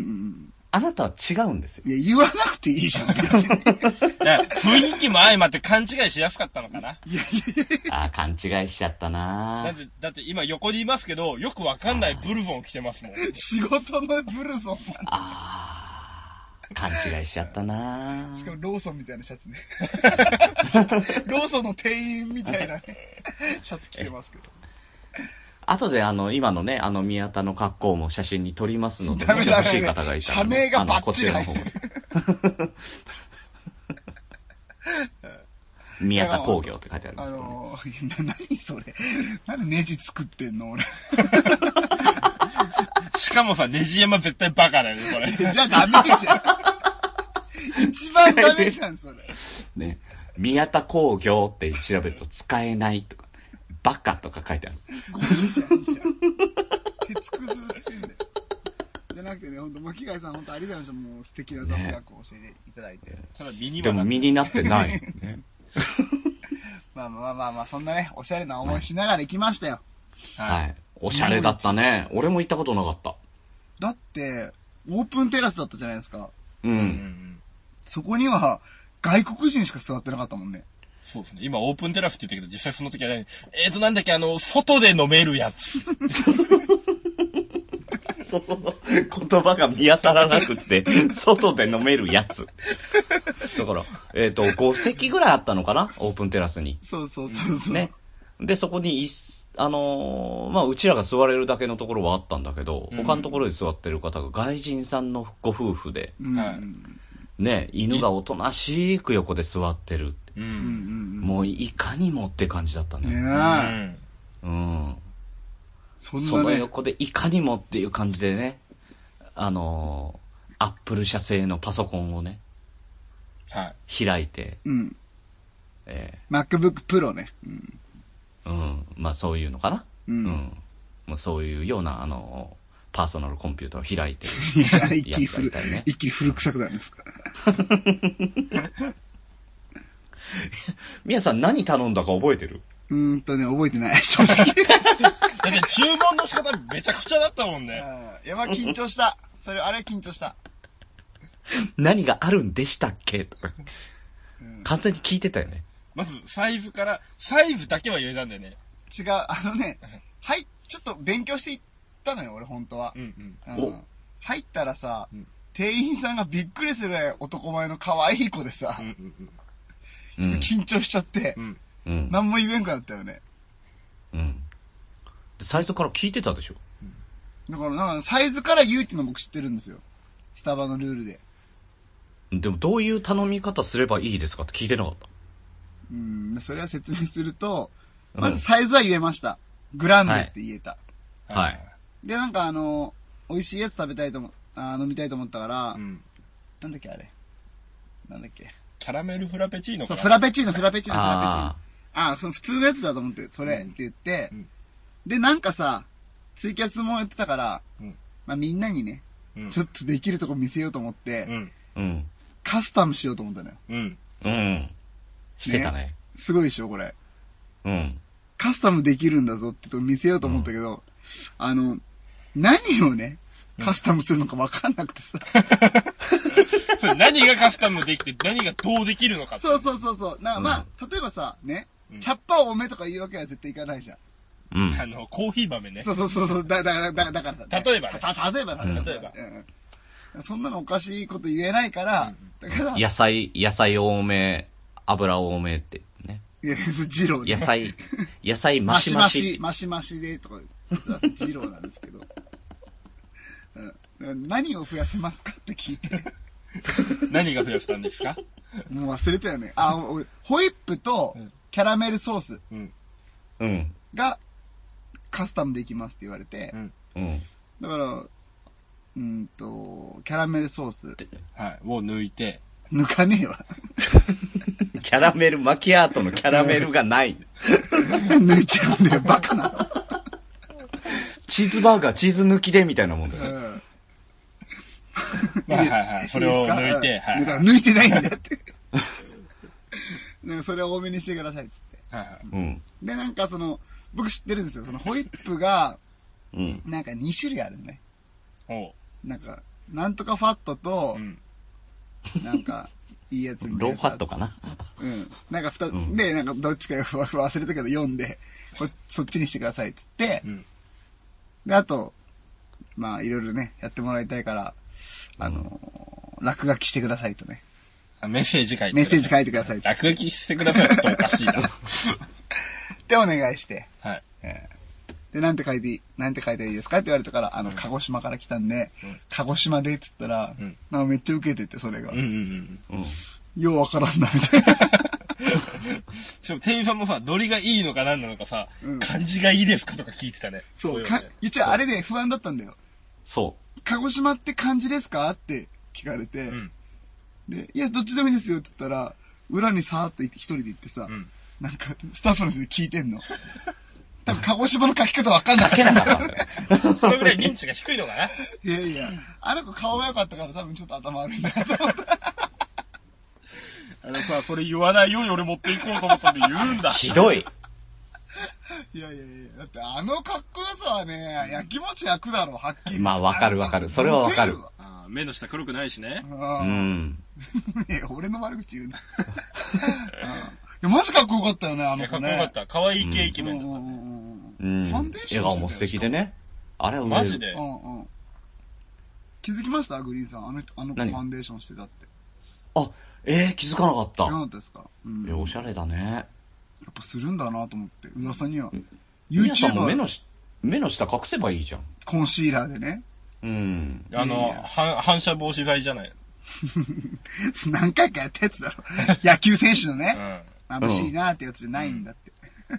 あなたは違うんですよ。 いや、言わなくていいじゃん、別に。いや、雰囲気も相まって勘違いしやすかったのかな。 いやいやいや。あ、勘違いしちゃったなだって、だって今横にいますけど、よくわかんないブルゾン着てますもん。 仕事のブルゾン。 ああ、勘違いしちゃったなしかもローソンみたいなシャツね。ローソンの店員みたいな、ね、シャツ着てますけど。 後であの、今のね、あの宮田の格好も写真に撮りますので、もし欲しい方がいたら、 社名がバッチリ入ってる。 宮田工業って書いてあります、 ね。あのー、な、何それ。なんでネジ作ってんの俺。 しかもさ、ネジ山絶対バカだよね、これ。 じゃあダメじゃん。一番ダメじゃん、それ。 ね。宮田工業って調べると使えないとか。バカとか書いてある。 ゴミじゃん、じゃん。鉄くず売ってんだよ。じゃなくてね、ほんと、巻貝さんほんとありがとうございました。もう素敵な雑学を教えていただいて。ね、 ただ身にはでも身になってない、ね。 まあまあまあまあ、そんなね、おしゃれな思いしながら行きましたよ。 はい。はい、おしゃれだったね。俺も行ったことなかった。 だって、オープンテラスだったじゃないですか。 うん。うん、 そこには、外国人しか座ってなかったもんね。 そうですね。今オープンテラスって言ったけど、実際その時はね、えーと、なんだっけ、あの、外で飲めるやつ。 その言葉が見当たらなくって、外で飲めるやつ。だから、えっ、ー、と、ご席ぐらいあったのかなオープンテラスに。 そうそうそうそう。 ね。で、そこにい、あのー、まあ、うちらが座れるだけのところはあったんだけど、うん、他のところで座ってる方が外人さんのご夫婦で、 うん、 ね、犬がおとなしく横で座ってる。 うん、 もういかにもって感じだったね。 ねうん。 そんなね、 その横でいかにもっていう感じでね、あのー、アップル社製のパソコンをね、 はい。 開いて、 うん。 えー、MacBook Pro ね。うん。 うん。まあそういうのかな。 うん。うん。 もうそういうような、あのー、パーソナルコンピューターを開いて、 いや、一気に古、ね、一気に古臭くなるんですか。 みやさん何頼んだか覚えてる？ うーんとね、覚えてない、正直。 だって注文の仕方めちゃくちゃだったもんね。 いや、まあ緊張した。それ、あれ緊張した。 何があるんでしたっけとか、うん。完全に聞いてたよね。 まず、サイズから、サイズだけは言えたんだよね。 違う、あのね、はい、ちょっと勉強していったのよ、俺、本当は。 うんうん。 うん、入ったらさ、うん、店員さんがびっくりする男前の可愛い子でさ、 うんうんうん、 ちょっと緊張しちゃって、 うんうん、 何も言えんくなったよね。 うん。サイズから聞いてたでしょ。 だからなんかサイズから言うっていうの僕知ってるんですよ。スタバのルールで。 でもどういう頼み方すればいいですかって聞いてなかった。 うん、それは説明すると、まずサイズは言えました。グランデって言えた。 はい。はい、 で、なんかあの、美味しいやつ食べたいと思、あ飲みたいと思ったから、 うん、 なんだっけあれ。なんだっけ。 キキャラメルフラペチーノかな。 そう、フラペチーノ、フラペチーノ、フラペチーノ。ああ、その普通のやつだと思って、それって言って、うん、で、なんかさ、ツイキャスもやってたから、うん、まあみんなにね、うん、ちょっとできるとこ見せようと思って、うん、カスタムしようと思ったのよ。 うん。うん。してたね。ね、 すごいでしょ、これ。 うん。 カスタムできるんだぞってと見せようと思ったけど、うん、あの、何をね、カスタムするのか分かんなくてさ。 それ何がカスタムできて、何がどうできるのかって。 そうそうそうそう。なんかまあ、うん、例えばさ、ね、うん、チャッパー多めとか言うわけは絶対いかないじゃん。 うん。あの、コーヒー豆ね。 そうそうそうそう。だ、だ、だ、だからさ、 ね。例えばね。 た、例えばな、 うん、例えば。 うん。そんなのおかしいこと言えないから、 うん、だから。野菜、野菜多め、油多めってね。 いや、ジローね。 野菜、野菜マシマシ。 マシマシでとか、ジローなんですけど。うん、何を増やせますかって聞いて。 何が増やしたんですか？ もう忘れたよね。あ、ホイップとキャラメルソースがカスタムできますって言われて、うんうん、だから、うんと、キャラメルソース。 はい。を抜いて。 抜かねえわ。 キャラメル、マキアートのキャラメルがない。 抜いちゃうんだよ、バカなの。 チーズバーガー、チーズ抜きでみたいなもんだよ。うんまあ、はいはい。それを抜いて、はい。 抜いてないんだって。それを多めにしてくださいっつって。はいはい。うん。で、なんかその、僕知ってるんですよ。そのホイップが、うん。なんかに種類あるのね。おう。なんか、なんとかファットと、うん。なんか、いいやつみたいな。 ローファットかな。 うん。なんか二つ、うん、で、なんかどっちか忘れたけど読んで、こそっちにしてくださいっつって、うん。で、あと、まあ、いろいろね、やってもらいたいから、あのー、落書きしてくださいとね。 メッセージ書いて。 メッセージ書いてください。 落書きしてくださいっておかしいな。 ってお願いして。はい。えー、で、なんて書いていい、なんて書いていいですかって言われたから、あの、うん、鹿児島から来たんで、うん、鹿児島でっつったら、うん、なんかめっちゃ受けてて、それが。うんうんうん。うん、ようわからんな、みたいな。 しかも店員さんもさ、ノリがいいのか何なのかさ、うん、漢字がいいですかとか聞いてたね。 そう、か、一応あれで不安だったんだよ。 そう。 鹿児島って漢字ですかって聞かれて、うん、で、いや、どっちでもいいですよって言ったら、裏にさーっと一人で行ってさ、うん、なんか、スタッフの人に聞いてんの。多分、鹿児島の書き方わかんなかったんだよね。 それぐらい認知が低いのかな。いやいや、あの子顔が良かったから多分ちょっと頭悪いんだなと思った。 あのさ、それ言わないように俺持っていこうと思ったんで言うんだ。 ひどい。 いやいやいや、だってあのかっこよさはね、やきもち焼くだろ、はっきり。 まあわかるわかる。それはわかる。 あ目の下黒くないしね。 うん。いや、俺の悪口言うな。いや、マジかっこよかったよね、あの子ね。 かっこよかった。可愛い系イケメンだった。うん。 ファンデーション。 笑顔も素敵でね。あれはマジで。 うんうん。気づきましたグリーンさん。あの人、あの子ファンデーションしてたって。 あ、えー、気づかなかった。 気づかなかったですか？ うん。いや、おしゃれだね。 やっぱするんだなと思って、噂には。 YouTube も目のし、目の下隠せばいいじゃん。 コンシーラーでね。 うん。 あの、は反射防止剤じゃない。 何回かやったやつだろ。野球選手のね。うん。眩しいなーってやつじゃないんだって。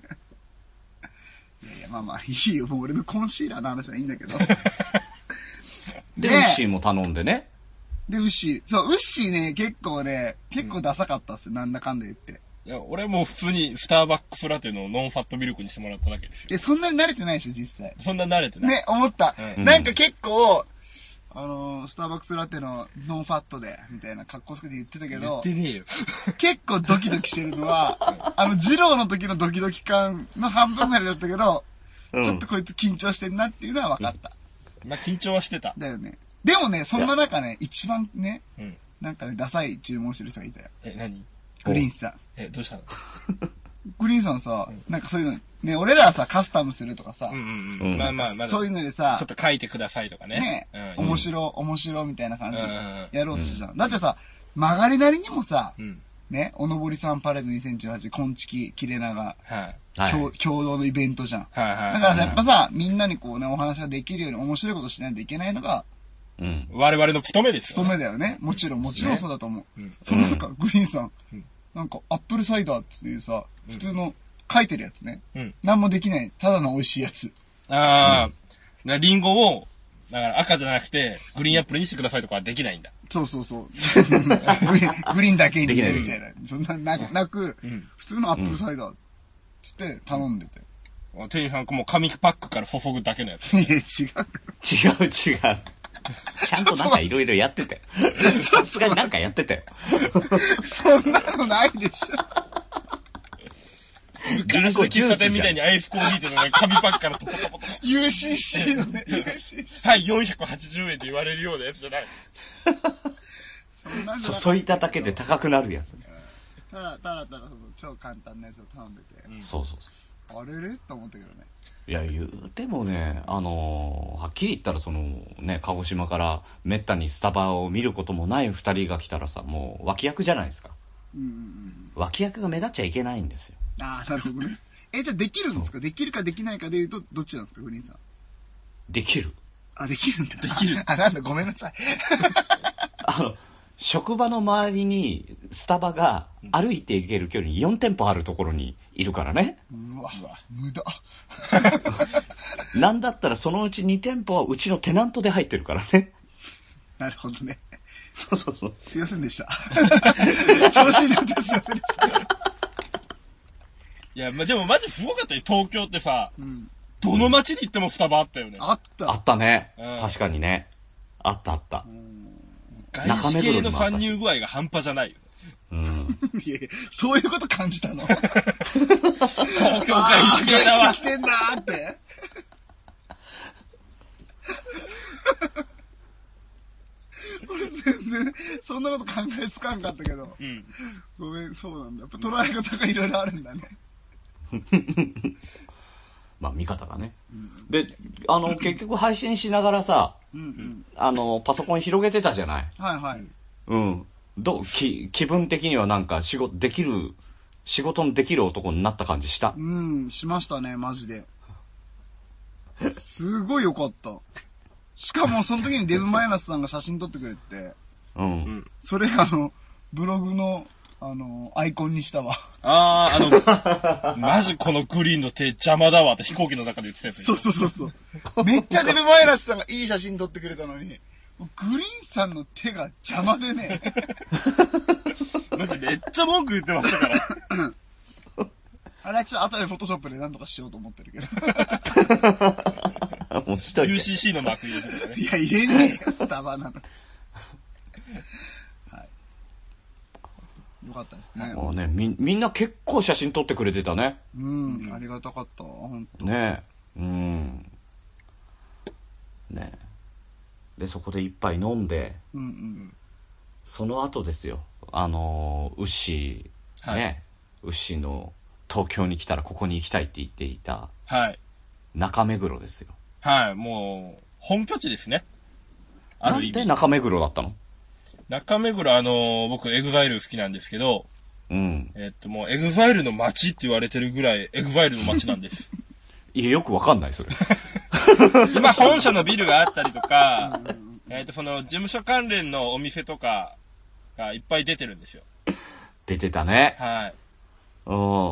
うん、いやいや、まあまあ、いいよ。もう俺のコンシーラーの話はいいんだけど。 で、ウッシーも頼んでね。 で、ウッシー。そう、ウッシーね、結構ね、結構ダサかったっすよ。うん、なんだかんだ言って。 いや、俺も普通にスターバックスラテのノンファットミルクにしてもらっただけですよ。 え、そんなに慣れてないでしょ、実際。 そんな慣れてない。 ね、思った。うん、なんか結構、あのー、スターバックスラテのノンファットで、みたいな格好つけて言ってたけど、 言ってねえよ。 結構ドキドキしてるのは、あの、ジローの時のドキドキ感の半分ぐらいだったけど、うん、ちょっとこいつ緊張してんなっていうのは分かった。 まあ、緊張はしてた。 だよね。でもね、そんな中ね、一番ね、うん、なんかね、ダサい注文してる人がいたよ。 え、何？ グリーンさん。 え、どうしたの？ グリーンさんさ、うん、なんかそういうの、ね、俺らはさ、カスタムするとかさ、 うんうんうん、まあまあまあ、 そういうのでさ、 ちょっと書いてくださいとかね。 ね、うん、面白、面白みたいな感じでやろうとしたじゃん。うん、だってさ、曲がりなりにもさ、うん、ね、おのぼりさんパレードにせんじゅうはち、こんちき、きれなが、はい、共, 共同のイベントじゃん。はいはい、だからさ、やっぱさ、みんなにこうね、お話ができるように面白いことしないといけないのが、 うん、我々の務めですよ、ね。務めだよね。もちろん、もちろんそうだと思う。ね、うん、そのなんか、グリーンさん、うん、なんか、アップルサイダーっていうさ、普通の書いてるやつね。うん。なんもできない、ただの美味しいやつ。 ああ、うん、リンゴをだから赤じゃなくて、グリーンアップルにしてくださいとかはできないんだ。 そうそうそう。グリーン、グリーンだけに。 できないみたいな。そんな、ななく、うん、普通のアップルサイダー、つって頼んでて。 うん、店員さんもう紙パックから注ぐだけのやつ。 いや、違う。 違う違う。ちゃんとなんかいろいろやってて。さすがになんかやってて。 そんなのないでしょ。 昔の喫茶店みたいにアイスコーヒーってのね、紙パックからトポトポトポ。 ユーシーシー のね、ユーシーシー。 はい、よんひゃくはちじゅうえんって言われるようなやつじゃない。 注いだだけで高くなるやつ。 ただ、ただただ、超簡単なやつを頼んでて。 うん、そうそうそう。あれれと思ったけどね。 いや、言うてもね、あのー、はっきり言ったらその、ね、鹿児島からめったにスタバを見ることもない二人が来たらさ、もう脇役じゃないですか。うんうんうん。脇役が目立っちゃいけないんですよ。 ああ、なるほどね。え、じゃあできるんですか？できるかできないかで言うと、どっちなんですか、グリーンさん。 できる。 あ、できるんだ。 できる。 あ、なんだ、ごめんなさい。 あの、職場の周りにスタバが歩いて行ける距離によん店舗あるところにいるからね。 うわ、無駄。 なんだったらそのうちに店舗はうちのテナントで入ってるからね。 なるほどね。 そうそうそう。 すいませんでした。調子に乗ってすいませんでした。 いや、ま、でもマジすごかったよ。東京ってさ、うん、どの街に行ってもスタバあったよね。 あった。 あったね。うん、確かにね。あったあった。 外資系の参入具合が半端じゃないよ。 うん。いやいや、そういうこと感じたの。東京外資系だわ。 来てんだーって。俺全然、そんなこと考えつかんかったけど。うん。ごめん、そうなんだ。やっぱ捉え方がいろいろあるんだね。 まあ見方がね、うん、であの結局配信しながらさ、うんうん、あのパソコン広げてたじゃない。 はいはい。 うんどうき気分的にはなんか仕事できる仕事のできる男になった感じした？ うんしましたねマジで。すごい良かった。しかもその時にデブマイナスさんが写真撮ってくれてて、うん、それあのブログのあの、アイコンにしたわ。 ああ、あの、マジこのグリーンの手邪魔だわって飛行機の中で言ってたやつ。 そうそうそうそう。めっちゃデブマイナスさんがいい写真撮ってくれたのに、グリーンさんの手が邪魔でね。 マジめっちゃ文句言ってましたから。 あれはちょっと後でフォトショップで何とかしようと思ってるけど。 もうしといてユーシーシー のマーク入れてたね。 いや、入れねえよ、スタバなの。よかったですね。 もうね、み、みんな結構写真撮ってくれてたね。 うん、ありがたかった、ほんと。 ねえ、うん。ねえ。で、そこで一杯飲んで、うんうん、その後ですよ、あの、ウッシー、ね、はい、ウッシーの東京に来たらここに行きたいって言っていた、 はい。 中目黒ですよ。 はい、もう、本拠地ですね。 ある意味。なんで中目黒だったの？ 中目黒、あのー、僕、エグザイル好きなんですけど、うん。えっと、もう、エグザイルの街って言われてるぐらい、エグザイルの街なんです。 いや、よくわかんない、それ。 今、本社のビルがあったりとか、えっと、その、事務所関連のお店とかがいっぱい出てるんですよ。 出てたね。 はい。 うん。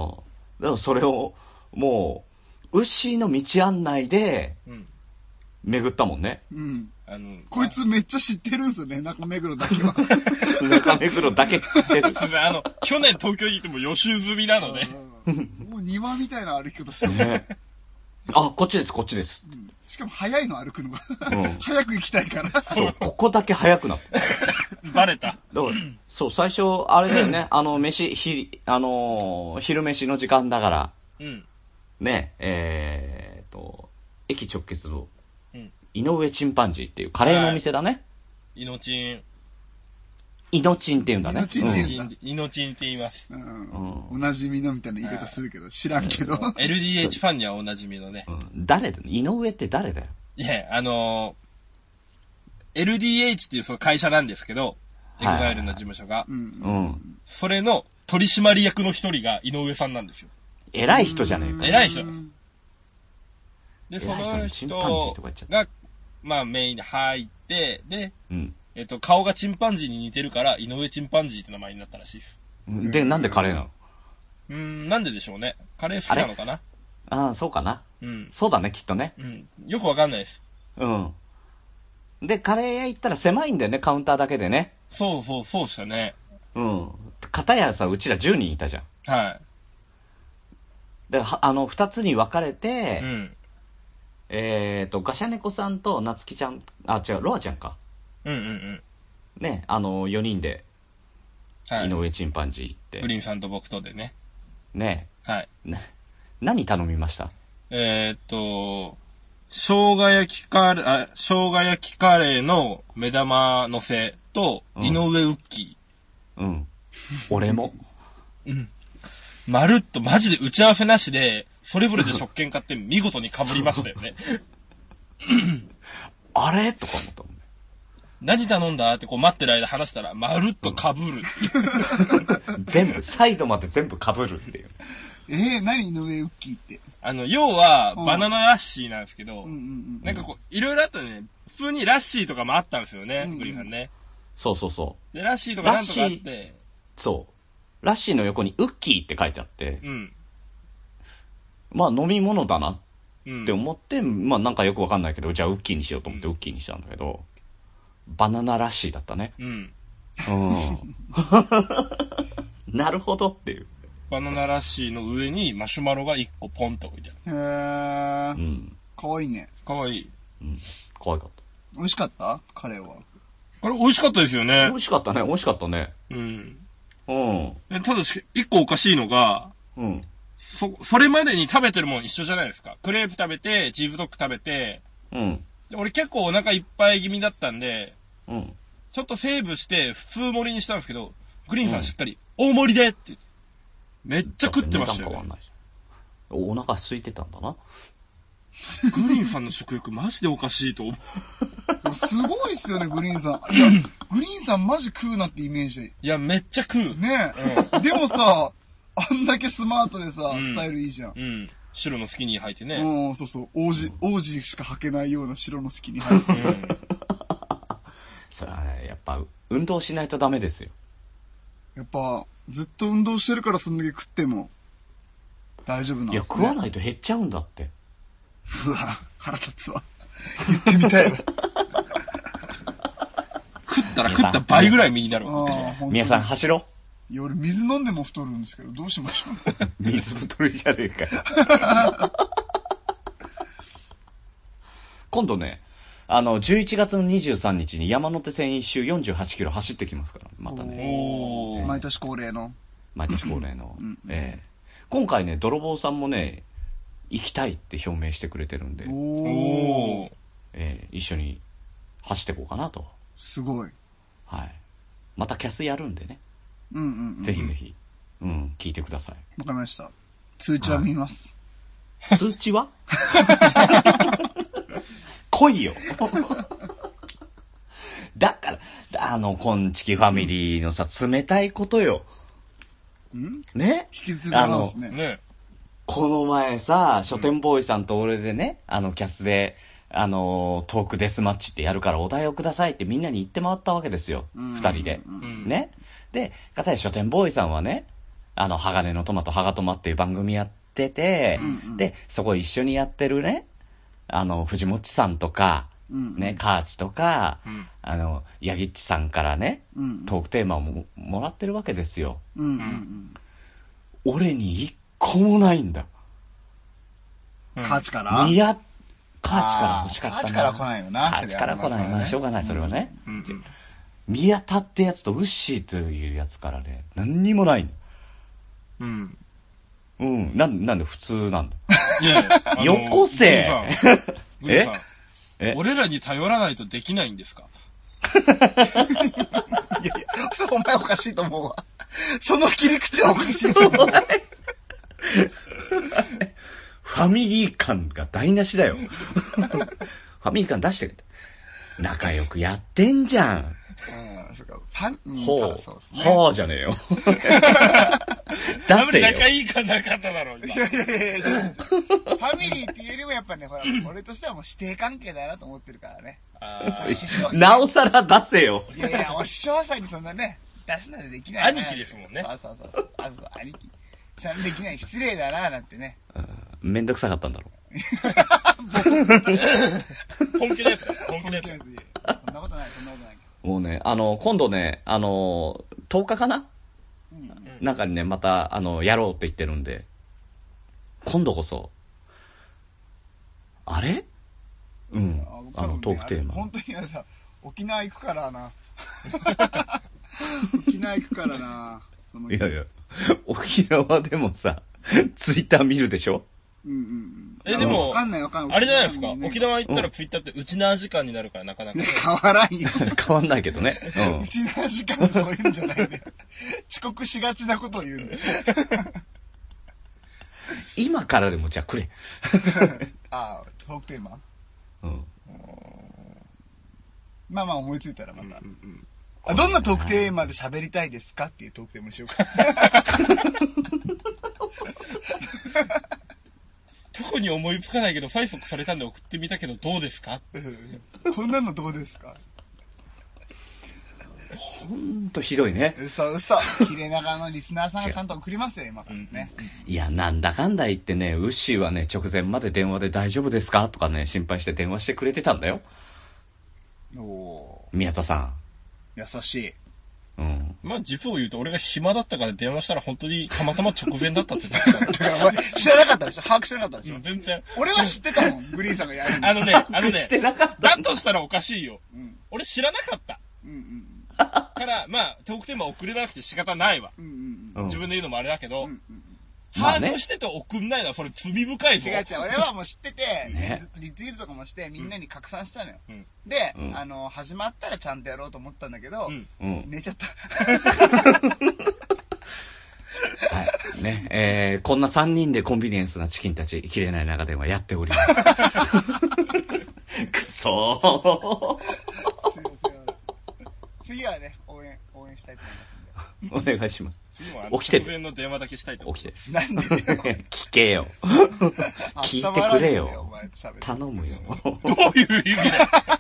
でも、それを、もう、ウッシーの道案内で、うん。巡ったもんね。 うん。あの、こいつめっちゃ知ってるんすよね、中目黒だけは。 中目黒だけ知ってる。 あの、去年東京に行っても予習済みなので。 もう庭みたいな歩き方してる、ね。 あ、こっちです、こっちです。 うん、しかも早いの歩くのが。うん、早く行きたいから。 そう、ここだけ早くなった。 バレた。 だから、そう、最初、あれだよね、あの、飯、ひ、あのー、昼飯の時間だから、うん。ね、えーと、駅直結の、井上チンパンジーっていうカレーのお店だね。 イノチン。 イノチンって言うんだね。イノチンって言うんだ。 イノチンって言います。うん。おなじみのみたいな言い方するけど、知らんけど。 エルディーエイチ ファンにはおなじみのね。 うん、誰だ井上って誰だよ。 いや、あのー、エルディーエイチ っていうその会社なんですけど、エグザイルの事務所が。うん。それの取締役の一人が井上さんなんですよ。 偉い人じゃねえか。 偉い人。で、その人が、まあメインで入って、で、うん、えっと、顔がチンパンジーに似てるから、井上チンパンジーって名前になったらしいです。 で、なんでカレーなの？ うーん、なんででしょうね。カレー好きなのかな？ ああ、そうかな。うん。そうだね、きっとね。 うん。よくわかんないです。 うん。 で、カレー屋行ったら狭いんだよね、カウンターだけでね。 そうそう、そうっしたね。 うん。片やさ、うちらじゅうにんいたじゃん。 はい。 で、あの、二つに分かれて、 うん。 えっと、ガシャネコさんとなつきちゃん、あ、違う、ロアちゃんか。 うんうんうん。 ね、あの、よにんで、 はい。 井上チンパンジー行って。 グリーンさんと僕とでね。 ね。 はい。 ね、何頼みました？ えー、っと、生姜焼きカレー、あ、生姜焼きカレーの目玉のせと、井上ウッキー。うん。俺も。 うん。まるっとマジで打ち合わせなしで、それぞれで食券買って見事に被りましたよね。 あれとか思ったもんね。 何頼んだってこう待ってる間話したら、まるっと被る。 全部、サイドまで全部被るっていう。 えー、何井上ウッキーって。 あの、要は、バナナラッシーなんですけど、 うんうんうん、 なんかこう、いろいろあったね。普通にラッシーとかもあったんですよね、うんうん、グリーンさんね。 そうそうそう。 で、ラッシーとかなんとかあって。 そう。ラッシーの横にウッキーって書いてあって、 うん。 まあ飲み物だなって思って、うん、まあなんかよくわかんないけど、じゃあウッキーにしようと思ってウッキーにしたんだけど、うん、バナナラッシーだったね。 うん。 うん。なるほどっていう。 バナナラッシーの上にマシュマロが一個ポンと置いてある。 へー。うん。かわいいね。 かわいい。 うん。かわいかった。 美味しかったカレーは。 これ美味しかったですよね。 美味しかったね。美味しかったね。 うん。 うん。 ただし、一個おかしいのが、 うん。 そ、それまでに食べてるもん一緒じゃないですか。クレープ食べて、チーズドッグ食べて、 うん。 で俺結構お腹いっぱい気味だったんで、 うん。 ちょっとセーブして普通盛りにしたんですけど、グリーンさんしっかり、大盛りでって言って、めっちゃ食ってましたよ、ね。 お腹空いてたんだな。 グリーンさんの食欲マジでおかしいと思う。すごいっすよね、グリーンさん。いや、グリーンさんマジ食うなってイメージ。 いや、めっちゃ食う。 ねえ。うん、でもさ、あんだけスマートでさ、うん、スタイルいいじゃん。 うん。白のスキニー履いてね。 うん、そうそう。王子、うん、王子しか履けないような白のスキニー履いてる。うん、 それはね、やっぱ、運動しないとダメですよ。 やっぱ、ずっと運動してるからそんだけ食っても、大丈夫なんですね。 いや、食わないと減っちゃうんだって。 うわ、腹立つわ。言ってみたいわ。 食ったら食った倍ぐらい身になるわ。 皆さん走ろう。いや、俺水飲んでも太るんですけど、どうしましょう。 水太るじゃねえかよ。今度ね、あの、じゅういちがつのにじゅうさんにちに山手線一周よんじゅうはちキロ走ってきますから、またね。 おー。毎年恒例の。 毎年恒例の。うん、えー、今回ね、泥棒さんもね、行きたいって表明してくれてるんで、 おー、 えー、一緒に走っていこうかなと。 すごい。 はい。またキャスやるんでね。 うんうん、うん。 ぜひぜひ、うん、聞いてください。 わかりました。通知は見ます。 はい、通知は来いよ。だから、あの、こんちきファミリーのさ、冷たいことよ。 んね引き継がれますね。 ね。 この前さ、書店ボーイさんと俺でね、あの、キャスで、あの、トークデスマッチってやるからお題をくださいってみんなに言って回ったわけですよ。二人で。ね。で、かたや書店ボーイさんはね、あの、鋼のトマト、ハガトマっていう番組やってて、うんうん、で、そこ一緒にやってるね、あの、藤もっちさんとか、うんうん、ね、カーチとか、うん、あの、ヤギッチさんからね、うんうん、トークテーマを も, もらってるわけですよ。 うんうんうん、 俺に一個もないんだ。 カーチから？ いや、カーチから欲しかったな。 カーチから来ないよな。 カーチから来ない。まあ、しょうがない、それはね。 うんうん、 宮田ってやつとウッシーというやつからね、何にもないんだ。 うん。 うん。なん、なんで普通なんだ。 いやいや、 よこせええ俺らに頼らないとできないんですか？ いやいや、それお前おかしいと思うわ。その切り口はおかしいと思う。 ファミリー感が台無しだよ。ファミリー感出してくれ。仲良くやってんじゃん。 うん、そっか。ファン、 ほう。 そうですね。 はぁじゃねえよ。 出せよ。仲いいかなかっただろう、今。いやいやいやファミリーっていうよりもやっぱね、ほら、俺としてはもう師弟関係だなと思ってるからね。 なおさら出せよ。 いやいや、お師匠さんにそんなね、出すなんてできない。 兄貴ですもんね。 そうそうそうそう。あ、そう、兄貴。それできない。失礼だな、なんてね。 めんどくさかったんだろう。 本気のやつか。本気のやつ。 なことない、そんなことない。 もうね、あの、今度ね、あの、とおかかな、 うん、 なんかにね、また、あの、やろうって言ってるんで、今度こそ、あれうん。あ, あの、トークテーマ。 本当にさ、沖縄行くからな。沖縄行くからな。 そのいやいや、沖縄でもさ、ツイッター見るでしょ？ うんうんうん。 え、でも、 わかんないわかんない。 あれじゃないですか、ね、沖縄行ったらツイッターってうちな時間になるからなかなか、ね。 変わらんよ。 変わんないけどね。 うん、うちな時間そういうんじゃないね。遅刻しがちなことを言うんで。 今からでもじゃあくれ。 ああ、トークテーマ？ うん。 まあまあ思いついたらまた。うんうんうん、あ、どんなトークテーマで喋りたいですかっていうトークテーマにしようか。 特に思いつかないけど催促されたんで送ってみたけどどうですか？ こんなのどうですか？ ほんとひどいね。 嘘嘘。切れ長のリスナーさんがちゃんと送りますよ、今からね。 いや、なんだかんだ言ってね、ウッシーはね、直前まで電話で大丈夫ですかとかね、心配して電話してくれてたんだよ。 おー。 宮田さん。 優しい。 うん。 まあ、実を言うと俺が暇だったから電話したら本当にたまたま直前だったって言ってた。だからお前知らなかったでしょ？把握してなかったでしょ？ 全然。 俺は知ってたもん、グリーンさんがやるの。 あのね、あのね。 してなかった。 だとしたらおかしいよ。 うん、 俺知らなかった。 うんうん。 から、まあ、トークテーマ送れなくて仕方ないわ。 うんうんうん、 自分で言うのもあれだけど、うんうんうん、 把握してて送んないのはそれ罪深いぞ。 違う違う、俺はもう知ってて、ね、ずっとリツイートとかもしてみんなに拡散したのよ。うん、で、うん、あの、始まったらちゃんとやろうと思ったんだけど、うん、寝ちゃった。 はい。ね、えー、こんなさんにんでコンビニエンスなチキンたち、切れない長電話やっております。くそー。 次はね、応援、応援したいと思いますんで。お願いします。 次もあの、直前の電話だけしたいと思います。 起きて。なんで聞けよ。聞いてくれよ。頼むよ。 どういう意味だよ。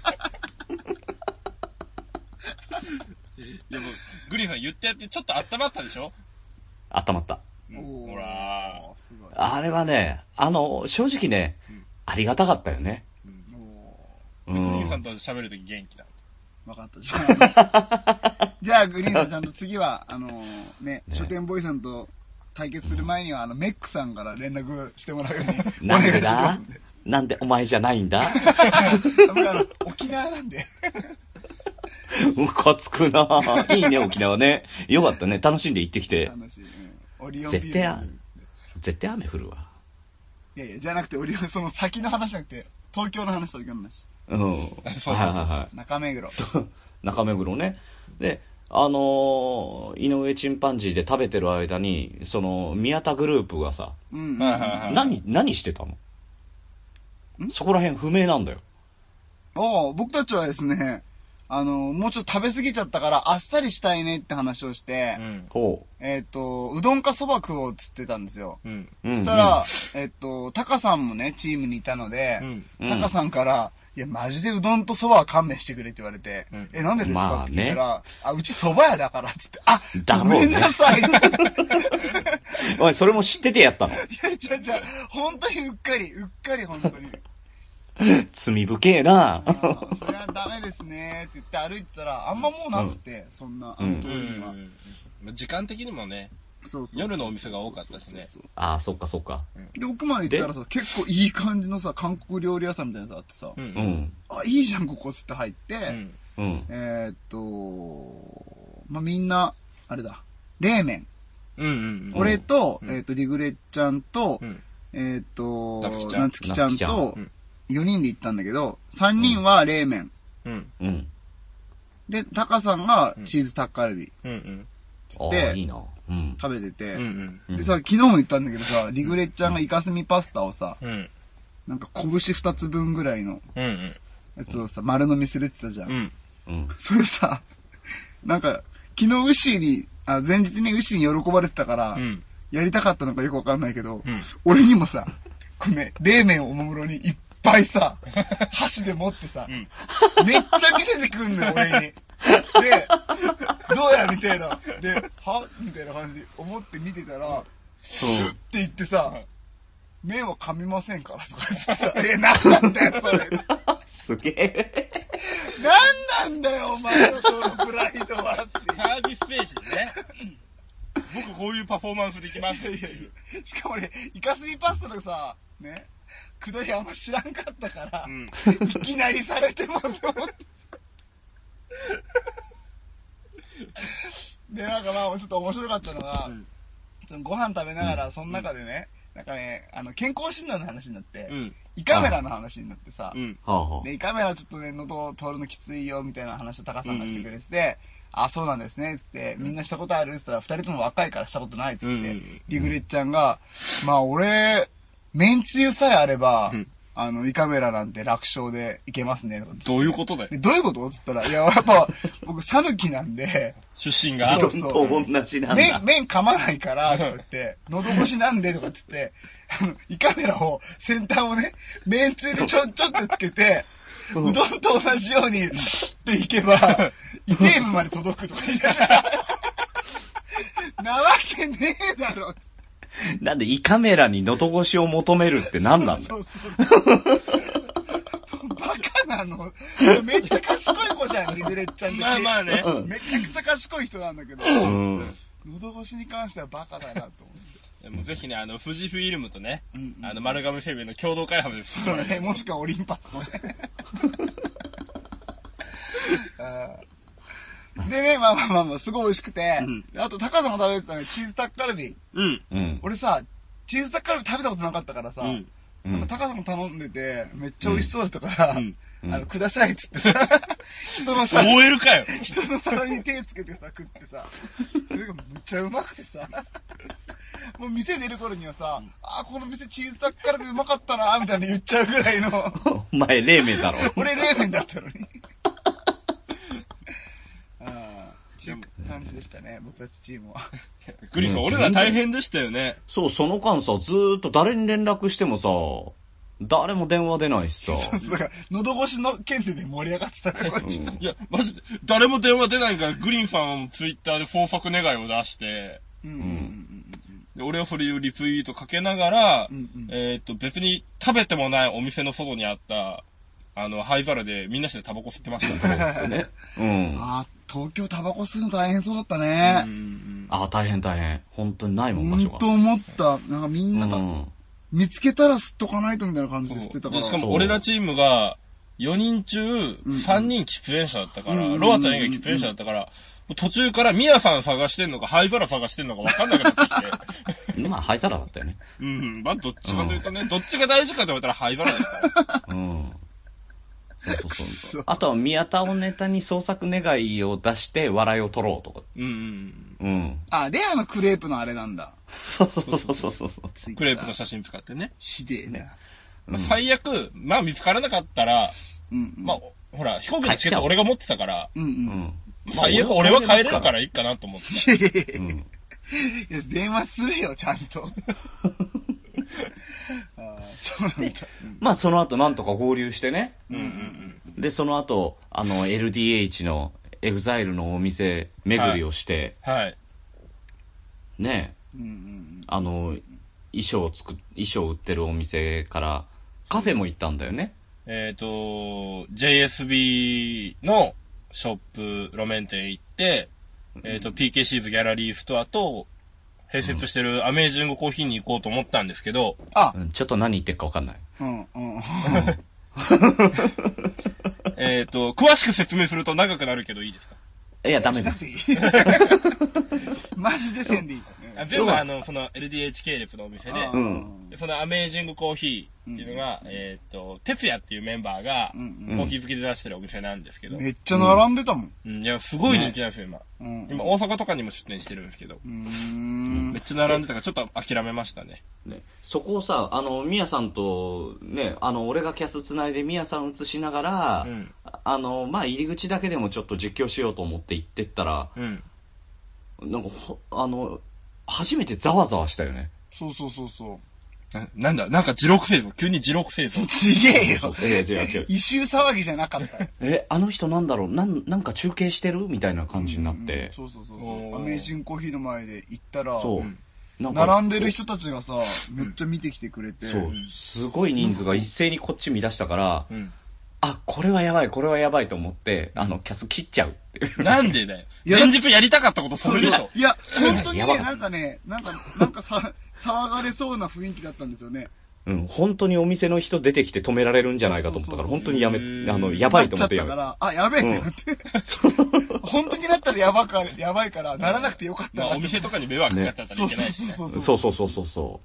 いやもう、グリーンさん言ってやってちょっと温まったでしょ？ 温まった。 うん、ほらー。 すごい。 あれはね、あの、正直ね、うん、ありがたかったよね。 うん、グリーンさんと喋るとき元気だ。 分かった。じゃあ、じゃあグリーンさんちゃんと次は、あのー、ね、ね、書店ボーイさんと対決する前には、あの、メックさんから連絡してもらうようにお願いしますんで。 なんでお前じゃないんだ？ 僕あの、沖縄なんで。 ムカつくなぁ。いいね、沖縄ね。よかったね。楽しんで行ってきて。 楽しい。うん、オリオンビール。 絶対、絶対雨降るわ。 いやいや、じゃなくて、オリオン、その先の話じゃなくて、東京の話、東京の話。 うん。はいはいはい。 中目黒。 中目黒ね。で、あのー、井上チンパンジーで食べてる間に、その、宮田グループがさ、 うん、 何、何してたの？そこら辺不明なんだよ。 ああ、僕たちはですね、あの、もうちょっと食べ過ぎちゃったから、あっさりしたいねって話をして、うん、えっ、ー、と、うどんかそば食おうっつってたんですよ。うん、そしたら、うん、えっ、ー、と、タカさんもね、チームにいたので、うん、タカさんから、いや、マジでうどんとそばは勘弁してくれって言われて、うん、え、なんでですか、まあね、って聞いたら、あ、うちそば屋だからっつって、あ、ごめんなさいって。 お前、それも知っててやったの？いや、ちゃちゃ、本当にうっかり、うっかり本当に。 罪深えな。 それはダメですねって言って歩いてたら、あんまもうなくて、うん、そんな、あの通りには、 うん。時間的にもね、そうそう夜のお店が多かったしね。 ああ、そっかそっか。 で、奥まで行ったらさ、結構いい感じのさ、韓国料理屋さんみたいなのがあってさ、うんうん、あ、いいじゃん、ここっつって入って、うん、えー、っと、まあ、みんな、あれだ、冷麺。うんうんうん、俺と、えー、っと、リグレッちゃんと、うん、えー、っと、なつきちゃんと、よにんで行ったんだけど、さんにんは冷麺。うんうん、で、タカさんがチーズタッカルビ。うんうんつって、いいなうん、食べてて、うんうん、でさ、昨日も言ったんだけどさ、リグレッちゃんがイカスミパスタをさ、うん、なんか拳二つ分ぐらいのやつをさ、丸飲みするって言ったじゃん。うんうん、それさ、なんか、昨日ウシに、あ、前日にウシに喜ばれてたから、うん、やりたかったのかよくわかんないけど、うん、俺にもさ、これね、冷麺をおもむろにいっぱいさ、箸で持ってさ、うん、めっちゃ見せてくんのよ、俺に。で、どうやみたいな。で、はみたいな感じで思って見てたら、シュッって言ってさ、麺は噛みませんからとか言ってさ、え、なんなんだよ、それ。 すげえ。 なんなんだよ、お前のそのプライドはって。 サービスページにね。僕こういうパフォーマンスできますっていう。 しかも俺、イカスミパスタのさ、ね、くだりあんま知らんかったから、うん、いきなりされてもと思って。で、なんかまあ、ちょっと面白かったのが、うん、そのご飯食べながら、その中でね、うん、なんかね、あの、健康診断の話になって、うん、胃カメラの話になってさ、うん、で、胃カメラちょっとね、喉を通るのきついよ、みたいな話をタカさんがしてくれてて、うん、あ、そうなんですね、つって、みんなしたことあるって言ったら、二人とも若いからしたことないっつって、うん、リグレッちゃんが、まあ俺、めんつゆさえあれば、うん、あの、胃カメラなんて楽勝でいけますね。 どういうことだよ。 どういうことつったら、いや、やっぱ、僕、さぬきなんで、 出身がそうそう。と同じなんだ。 麺、麺噛まないから、とか言って、喉越しなんで、とかって言って、あの、胃カメラを、先端をね、麺つゆにちょ、ちょってつけて、うどんと同じように、っていけば、胃底部まで届くとか言い出してさ、なわけねえだろ、つって。 なんで胃カメラに喉越しを求めるって何なんだよ。そうそうそうバカなの。めっちゃ賢い子じゃん、リグレッちゃんって。 まあまあね。 めちゃくちゃ賢い人なんだけど、うん、喉越しに関してはバカだなと思って。 でもぜひね、あの、富士フイルムとね、うんうん、あの、丸亀製麺の共同開発です。 そうね、もしくはオリンパスのね。でね、まあまあまあまあ、すごい美味しくて、うん、あと、高さんが食べてたね、チーズタッカルビ。うん。うん。俺さ、チーズタッカルビ食べたことなかったからさ、うん。なんか高さんも頼んでて、めっちゃ美味しそうだったから、うん。あの、くださいっつってさ、人の皿オーエル かよ人の皿に手つけてさ、食ってさ、それがむっちゃうまくてさ、もう店出る頃にはさ、うん、あ、この店チーズタッカルビうまかったな、みたいな言っちゃうぐらいの。 お前、冷麺だろ。 俺冷麺だったのに。感じでしたね、僕たちチームは。 グリフ、うん、俺ら大変でしたよね。 そう、その間さ、ずーっと誰に連絡してもさ、誰も電話出ないしさ。 そうそう、だから、喉越しの件でね、盛り上がってたね、こっち。 いや、マジで、誰も電話出ないから、グリーンさんはツイッターで捜索願いを出して、うんうんうん、で俺はそれをリツイートかけながら、うんうん、えっと、別に食べてもないお店の外にあった、あの、灰皿でみんなしてタバコ吸ってましたね。 うん。ああ、東京タバコ吸うの大変そうだったね。うんうん、ああ、大変大変。本当にないもん、場所が。 本当思った。なんかみんなた、うん、見つけたら吸っとかないとみたいな感じで吸ってたから。 しかも俺らチームがよにん中さんにん喫煙者だったから、うんうん、ロアちゃん以外喫煙者だったから、うん、途中からミヤさん探してんのか灰皿探してんのか分かんなくなってきて。 まあ灰皿だったよね。 うん。まあどっちかというとね、うん、どっちが大事かと言われたら灰皿だった。うん。 そうそうそう。あとは宮田をネタに創作願いを出して笑いを取ろうとか。うんうんうん。あ、レアのクレープのあれなんだ。 そうそうそうそうそう。 クレープの写真使ってね。 ひでえな。ね、 まあ、最悪、まあ見つからなかったら、うんうん、まあ、ほら、飛行機のチケット俺が持ってたから、うんうん。最悪俺は帰れるからいいかなと思って。うん、いや、電話するよ、ちゃんと。 あそうなんだ。まあその後なんとか合流してね。うんうんうん、で、その後、あの、エルディーエイチ の エグザイル のお店巡りをして、はい。はい、ねえ、うんうん、あの、衣装を作っ、衣装を売ってるお店からカフェも行ったんだよね。 えっ、ー、と、ジェイエスビー のショップ、路面店行って、えっ、ー、と、ピーケーシーズ ギャラリーストアと、併設してるアメージングコーヒーに行こうと思ったんですけど。 あ、うん、ちょっと何言ってるか分かんない。うん、うん。 えっと、詳しく説明すると長くなるけどいいですか？ いや、ダメです。 マジでせんでいい。 全部あの、その エルディーエイチ 系列のお店で、うん、でそのアメージングコーヒーっていうのが、うん、えっ、ー、と、哲也っていうメンバーが、コーヒー好きで出してるお店なんですけど。 めっちゃ並んでたもん。 うん、いや、すごい人気なんですよ、今。うん、今、大阪とかにも出店してるんですけど。うん、めっちゃ並んでたから、ちょっと諦めましたね。 ね、そこをさ、あの、ミヤさんと、ね、あの、俺がキャス繋いでミヤさん映しながら、うん、あの、まあ、入り口だけでもちょっと実況しようと思って行ってったら、うん、なんか、あの、初めてざわざわしたよね。 そうそうそうそう。 な、なんだ、なんか自録製造。急に自録製造。 ちげえよ。 いや、違う違う。 異臭騒ぎじゃなかった。 え、あの人なんだろうなん、なんか中継してるみたいな感じになって。うんうん、 そうそうそうそう。アメージングコーヒーの前で行ったら、そう。なんか並んでる人たちがさ、めっちゃ見てきてくれて。 そう。すごい人数が一斉にこっち見出したから、うん、 あ、これはやばい、これはやばいと思って、あの、キャス切っちゃうっていう。 なんでだよ。前日やりたかったことそれでしょ。 いや、本当にね、なんかね、なんか、なんかさ、騒がれそうな雰囲気だったんですよね。 うん、本当にお店の人出てきて止められるんじゃないかと思ったから、本当にやめ、あの、やばいと思ってやめた。からあ、やべえってなって。うん、本当になったらやばか、やばいから、ならなくてよかったな。 まあ、お店とかに迷惑かかっちゃったらいけない、ね。 そうそうそうそうそうそうそう。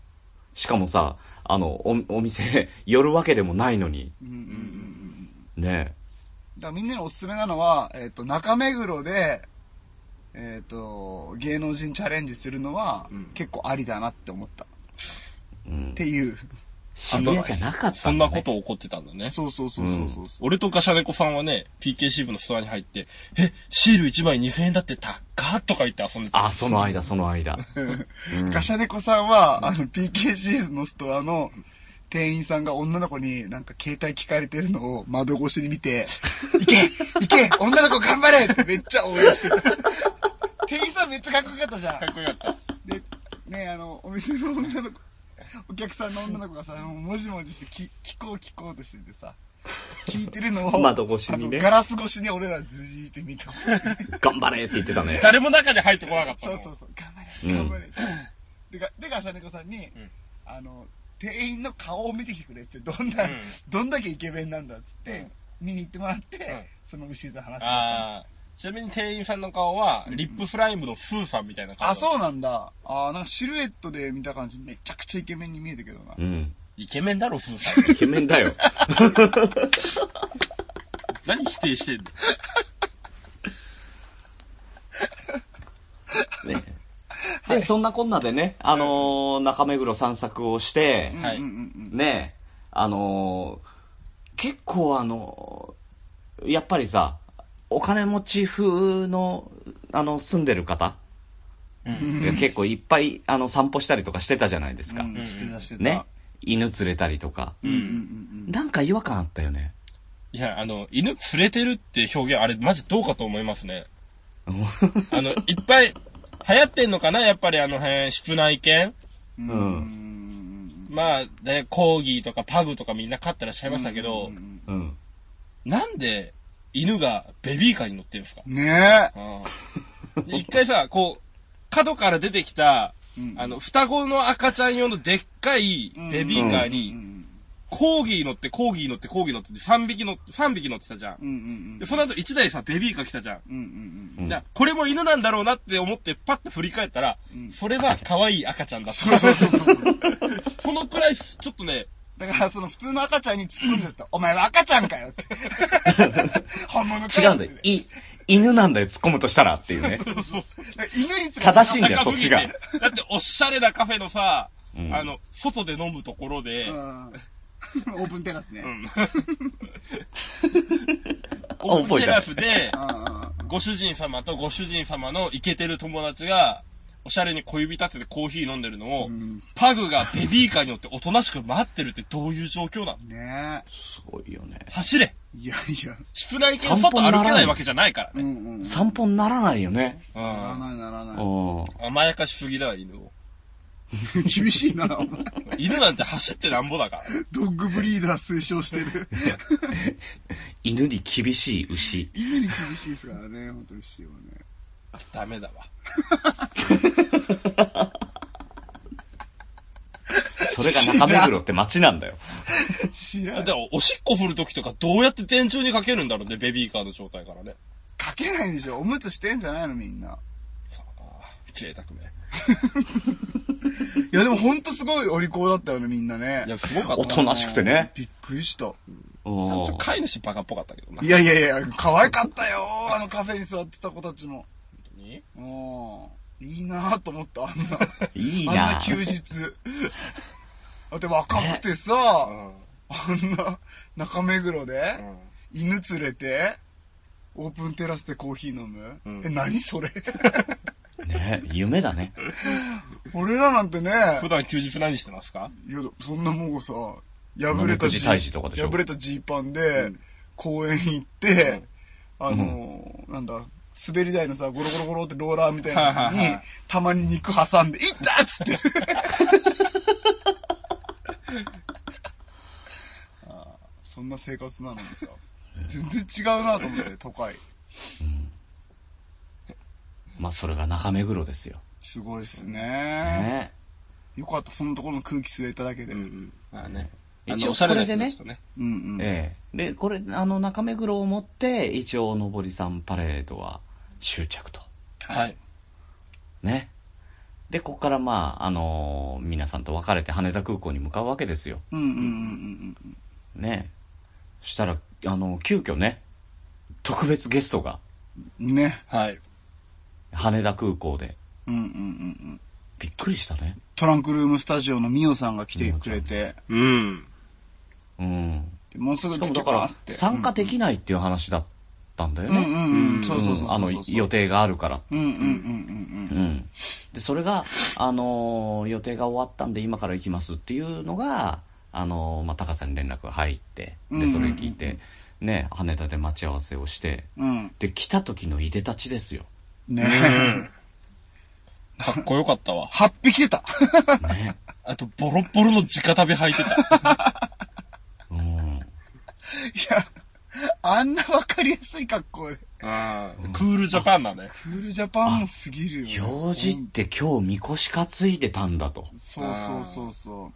しかもさ、あの、お、お店、寄るわけでもないのに。うんうんうん、ねえ。 だからみんなにおすすめなのは、えっと、中目黒で、えっと、芸能人チャレンジするのは、結構ありだなって思った。うん、っていう。 渋谷じゃなかったんだ、ね、 そんなこと起こってたんだね。 そうそうそうそうそう、うん。 俺とガシャネコさんはね、ピーケーシー 部のストアに入って、え、シールいちまいにせんえんだって高っとか言って遊んでた。 あ、その間、その間。 うん、ガシャネコさんは、あの、ピーケーシー のストアの店員さんが女の子になんか携帯聞かれてるのを窓越しに見て、いけいけ女の子頑張れってめっちゃ応援してた。店員さんめっちゃかっこよかったじゃん。 かっこよかった。 で、ね、あの、お店の女の子、お客さんの女の子がさ、もじもじして聞、聞こう聞こうとしててさ、聞いてるのを、 窓越しにね。 ガラス越しに俺らずーって見た。 頑張れって言ってたね。 誰も中に入ってこなかったの。 そうそうそう、頑張れ、頑張れ。うん、で、が、で、ガシャネコさんに、うん、あの、店員の顔を見てきてくれって、どんな、うん、どんだけイケメンなんだっつって、うん、見に行ってもらって、うん、その後ろで話して。 あちなみに店員さんの顔は、リップスライムのスーさんみたいな顔。 あ、そうなんだ。あなんかシルエットで見た感じ、めちゃくちゃイケメンに見えたけどな。 うん。イケメンだろ、スーさん。 イケメンだよ。 何否定してんのね。で、はい、そんなこんなでね、あのー、中目黒散策をして、はい、ね、あのー、結構あのー、やっぱりさ、お金持ち風の、あの、住んでる方、うん、結構いっぱい、あの、散歩したりとかしてたじゃないですか。うん、してたしてた。ね。犬連れたりとか。うん。なんか違和感あったよね。 いや、あの、犬連れてるって表現、あれ、マジどうかと思いますね。あの、いっぱい、流行ってんのかなやっぱりあの辺、室内犬うん。まあ、で、コーギーとかパグとかみんな飼ってらっしゃいましたけど、うん。なんで、犬がベビーカーに乗ってるんですかねえ。うん、一回さ、こう、角から出てきた、うん、あの、双子の赤ちゃん用のでっかいベビーカーに、うん、コーギー乗って、コーギー乗って、コーギー乗ってさんびき乗って、さんびき乗ってたじゃん。うんうんうん、でその後いちだいさ、ベビーカー来たじゃん。うんうんうん、だこれも犬なんだろうなって思って、パッと振り返ったら、うん、それは可愛い赤ちゃんだった。そうそうそうそう。そのくらい、ちょっとね、 だから、その普通の赤ちゃんに突っ込んじゃった。お前は赤ちゃんかよって。本物かよって。違うんだよ。い、犬なんだよ、突っ込むとしたらっていうね。そうそうそう。 犬に正しいんだよ、そっちが。 だって、おしゃれなカフェのさ、うん、あの、外で飲むところで、うん、 オープンテラスね。うん、 オープンテラスで、ご主人様とご主人様のイケてる友達が、おしゃれに小指立ててコーヒー飲んでるのを、うん、パグがベビーカーに乗っておとなしく待ってるってどういう状況なのねえ。 すごいよね。 走れいやいや。 室内犬外歩けないわけじゃないからね。うんうんうん、散歩にならないよね。 ならないならない。 甘やかしすぎだわ、犬を。 厳しいな、お前。 犬なんて走ってなんぼだから。 ドッグブリーダー推奨してる。 犬に厳しい牛。 犬に厳しいですからね、本当に牛はね。 ダメだわ。 それが中目黒って街なんだよ。 知らん。でも、おしっこ振るときとかどうやって電柱にかけるんだろうね、ベビーカーの状態からね。 かけないでしょ。おむつしてんじゃないのみんな。 さあ、贅沢ね。 いやでもほんとすごいお利口だったよね、みんなね。 いや、すごかった。 おとなしくてね。 びっくりした。 ちょっと飼い主バカっぽかったけどな。 いやいやいや、可愛かったよ。あのカフェに座ってた子たちも。 本当に？ うん。いいなぁと思った、あんな。 いいなぁ。 あんな休日。だって若くてさ、うん、あんな中目黒で、うん、犬連れて、オープンテラスでコーヒー飲む、うん、え、何それねえ、夢だね。 俺らなんてね。 普段休日何してますか？ いや、そんなもうさ、破れたジ破れたジーパンで、うん、公園行って、うん、あのー、うん、なんだ、滑り台のさ、ゴロゴロゴロってローラーみたいなやつに、たまに肉挟んで、いったっつって。 そんな生活なのにさ。全然違うなと思って、都会。うん。 まあ、それが中目黒ですよ。 すごいっすね。ねよかった、そのところの空気吸えただけで。うんうん。 まあね。一応、おしゃれなやつですとね。 うんうん。ええ。で、これ、あの、中目黒をもって、一応、のぼりさんパレードは終着と。 はい。 ね。で、ここからまあ、あのー、皆さんと別れて羽田空港に向かうわけですよ。 うんうんうんうんうん。ね。そしたら、あの、急遽ね、特別ゲストが。 ね。 はい。 羽田空港で。 うんうんうんうん。 びっくりしたね。 トランクルームスタジオのミオさんが来てくれて。 うん。 うん。 もうすぐ来てますって。 参加できないっていう話だったんだよね。 うんうんうん。そうそうそう。 あの、予定があるから。 うんうんうんうん。うん。 で、それが、あのー、予定が終わったんで今から行きますっていうのが、あのー、まあ、高さんに連絡が入って、で、それ聞いて、ね、羽田で待ち合わせをして、 うん、 で、来た時のいでたちですよ。 ねえ。 かっこよかったわ。 はっぴきてた。 ね。 あと、ボロボロの直旅履いてた。 うん。いや、あんなわかりやすい格好で。 ああ、クールジャパンだね。 クールジャパンもすぎるよ、 ね。用事って今日みこし担いでたんだと。 そうそうそうそう。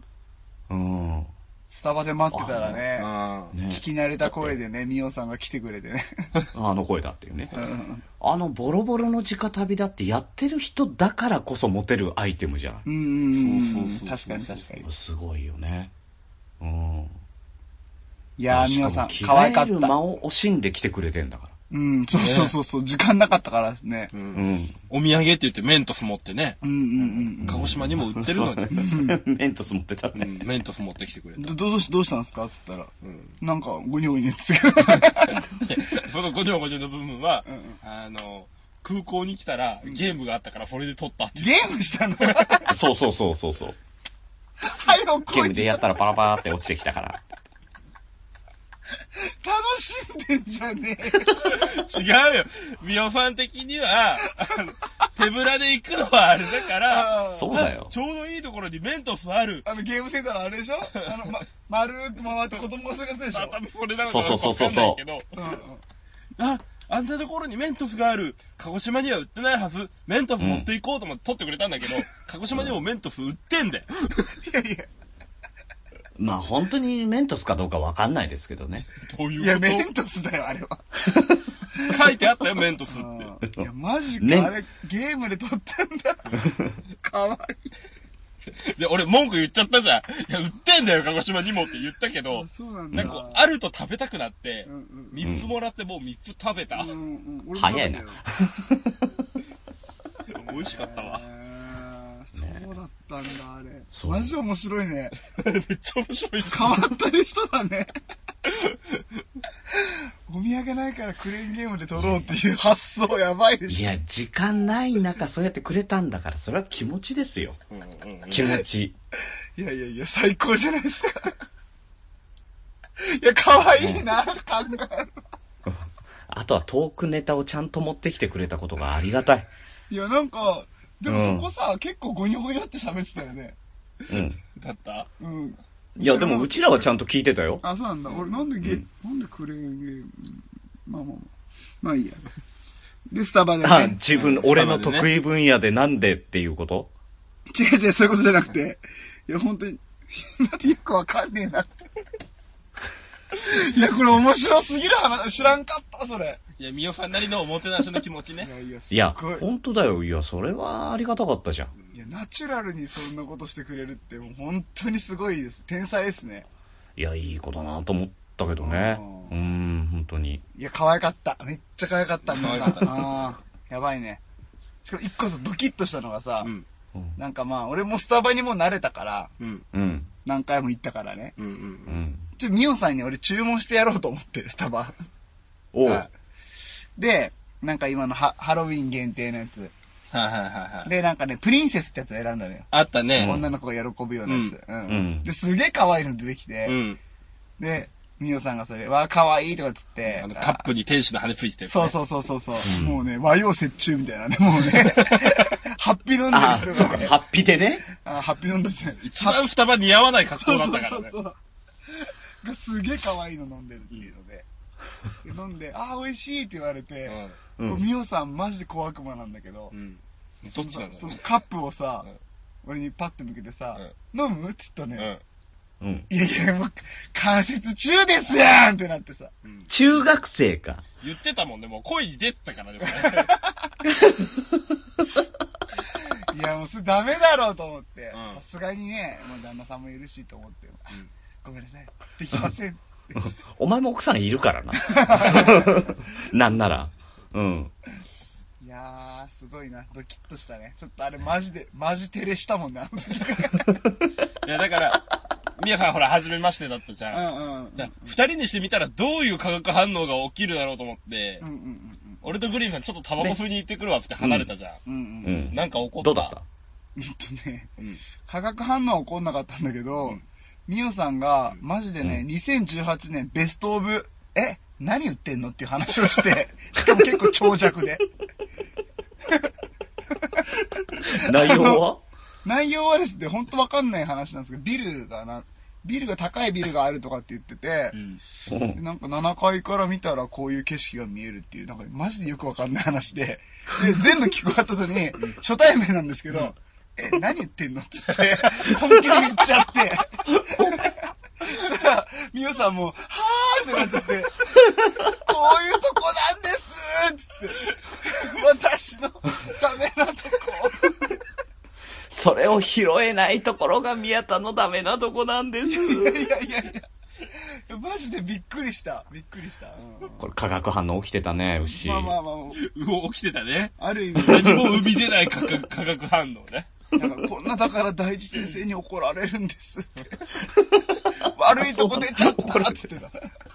うん。 スタバで待ってたらね、 ね聞き慣れた声でね、ミオさんが来てくれてね。 あの声だっていうね。 うん、 あのボロボロの直旅だってやってる人だからこそ持てるアイテムじゃん。 うんうんうん。確かに確かに。 すごいよね。うん。 いやー、ミオさん、可愛かった。着替える間を惜しんで来てくれてんだから。 うん、そうそうそうそう、時間なかったからですね。 うん。 お土産って言ってメントス持ってね。 うんうんうん。 鹿児島にも売ってるのに。 メントス持ってたね。 メントス持ってきてくれた。 ど、どうし、どうしたんですかつったら。なんか、ゴニョゴニョってそのゴニョゴニョの部分は、あの、空港に来たらゲームがあったからそれで撮ったって。 ゲームしたのそうそうそうそうそう。 はい、 ゲームでやったらパラパラって落ちてきたから。 楽しんでんじゃねえよ。違うよ。ミオファン的には、手ぶらで行くのはあれだから、 そうだよ。 ちょうどいいところにメントスある。 あのゲームセンターのあれでしょあの、ま、丸く回って子供がするやつでしょ多分それなのかわかんないけど。あ、あんなところにメントスがある。鹿児島には売ってないはず。メントス持っていこうと思って取ってくれたんだけど、うん、鹿児島にもメントス売ってんだよ。 いやいや。 まあ本当にメントスかどうかわかんないですけどね。 どういうこと？ いや、メントスだよ、あれは。 書いてあったよ、メントスって。いや、マジか、ね、あれ、ゲームで撮ったんだ。かわいい。で、俺文句言っちゃったじゃん。いや、売ってんだよ、鹿児島にもって言ったけど、 そうなんだ。 なんか、あると食べたくなって、みっつもらってもうみっつ食べた。うんうんうん、早いな。 美味しかったわ。 そうだったんだ、あれ。マジ面白いね。 めっちゃ面白い。 変わった人だね。お土産ないからクレーンゲームで撮ろうっていう発想やばいでしょ。いや、時間ない中そうやってくれたんだから、それは気持ちですよ。うんうんうん、気持ち。 いやいやいや、最高じゃないですか。いや、可愛いな、考える。 あとはトークネタをちゃんと持ってきてくれたことがありがたい。 いや、なんか、でもそこさ、うん、結構ゴニョゴニョって喋ってたよね。 うん。 だったうん。 いや、でもうちらはちゃんと聞いてたよ。 あ、そうなんだ。俺なんでゲ、うん、なんでクレーンゲーム、まあまあまあ。まあいいや。で、スタバでね。 あ、自分、俺の得意分野でなんでっていうこと？ 違う違う、そういうことじゃなくて。いや、本当に、だってよくわかんねえなって。いや、これ面白すぎる話、知らんかった、それ。 いや、ミオファンなりのおもてなしの気持ちね。 いやいや、 いや、本当だよ。いや、それはありがたかったじゃん。 いや、ナチュラルにそんなことしてくれるって、もう本当にすごいです。天才ですね。 いや、いい子だなと思ったけどね。うん、本当に。 いや、可愛かった。めっちゃ可愛かった、皆さん。ああ、やばいね。しかも一個さ、ドキッとしたのがさ、うん、なんかまあ、俺もスタバにも慣れたから、 うん、 何回も行ったからね。 うんうんうん、 ちょ、ミオさんに俺注文してやろうと思って、スタバ。 おう。 で、なんか今のハハロウィン限定のやつ。 はいはいはいはい。 で、なんかね、プリンセスってやつを選んだのよ。 あったね。 女の子が喜ぶようなやつ。うん。 うん、 で、すげえ可愛いの出てきて、 うん、 で、ミオさんがそれ、わー可愛いとかつって、 あのカップに天使の羽ついてる、ね。 そうそうそうそうそう、うん、もうね、和洋折衷みたいなね、もうね、ハッピー飲んでる人が、ね。 ハッピーでね。 あ、ハッピー飲んでる人。 一番双葉似合わない格好だったからね。そうそうそうそう。 がすげえ可愛いの飲んでるっていうので、うん、飲んで、あー美味しいって言われて、うん、こうミオさんマジで小悪魔なんだけど、うん、 どっちなんだろうね、 そのカップをさ、うん、俺にパッて向けてさ、うん、飲むっつったね、うん、いやいや、もう、関節中ですやんってなってさ、 うん。中学生か。 言ってたもんね、もう声に出てたからね。 いや、もうそれダメだろうと思って、さすがにね、もう旦那さんもいるしと思って、うん、ごめんなさい、できません。 お前も奥さんいるからな。なんなら。うん。 いやー、すごいな。ドキッとしたね。ちょっとあれマジで、マジ照れしたもんね、あの時。 いや、だから、みやさんほら、初めましてだったじゃん。うんうんうん、だ二人にしてみたらどういう化学反応が起きるだろうと思って、うんうんうん、俺とグリーンさんちょっとタバコ吸いに行ってくるわって離れたじゃん。うんうんうん、なんか起こった。 どうだった？ えっとね、うん、化学反応は起こんなかったんだけど、うんミオさんが、マジでね、うん、にせんじゅうはちねんベストオブ、え何言ってんのっていう話をして、しかも結構長尺で。 内容は内容はですね、ほんとわかんない話なんですけど、ビルがな、ビルが高いビルがあるとかって言ってて、うん、なんかななかいから見たらこういう景色が見えるっていう、なんかマジでよくわかんない話で、で全部聞こえた後に、初対面なんですけど、うんえ、何言ってんのって言って、本気で言っちゃって。そしたら、ミオさんも、はーってなっちゃって、こういうとこなんですって言って、私のダメなとこ。 それを拾えないところが宮田のダメなとこなんです。いやいやいやいや。マジでびっくりした。びっくりした。 うん、これ化学反応起きてたね、牛。 まあまあまあ。 う起きてたね。 ある意味。 何も生み出ない化学、化学反応ね。 なんかこんなだから大地先生に怒られるんですって。悪いとこ出ちゃったっつってた。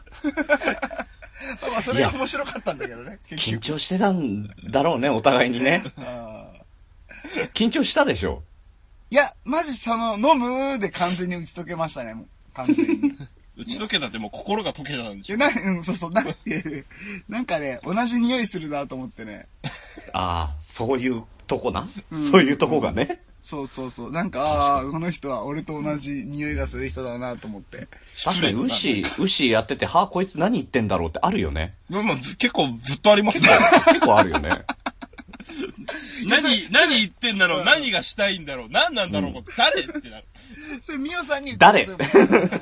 まあそれが面白かったんだけどね。 緊張してたんだろうね、お互いにね。緊張したでしょ？ いや、マジその、飲むで完全に打ち解けましたね、もう。完全に。 打ち解けたってもう心が溶けたんでしょ？ な、うん、そうそう、な、なんかね、同じ匂いするなと思ってね。 ああ、そういうとこな、うん、そういうとこがね。 そうそうそう。なんか、ああ、この人は俺と同じ匂いがする人だなと思って。 確かに、ウシ、ウシやってて、はあ、こいつ何言ってんだろうってあるよね。 まあ、結構ずっとありますね。 結構あるよね。 何、何言ってんだろう、何がしたいんだろう、何なんだろう、うん、誰ってなる。 それ、ミオさんに言って誰うん。い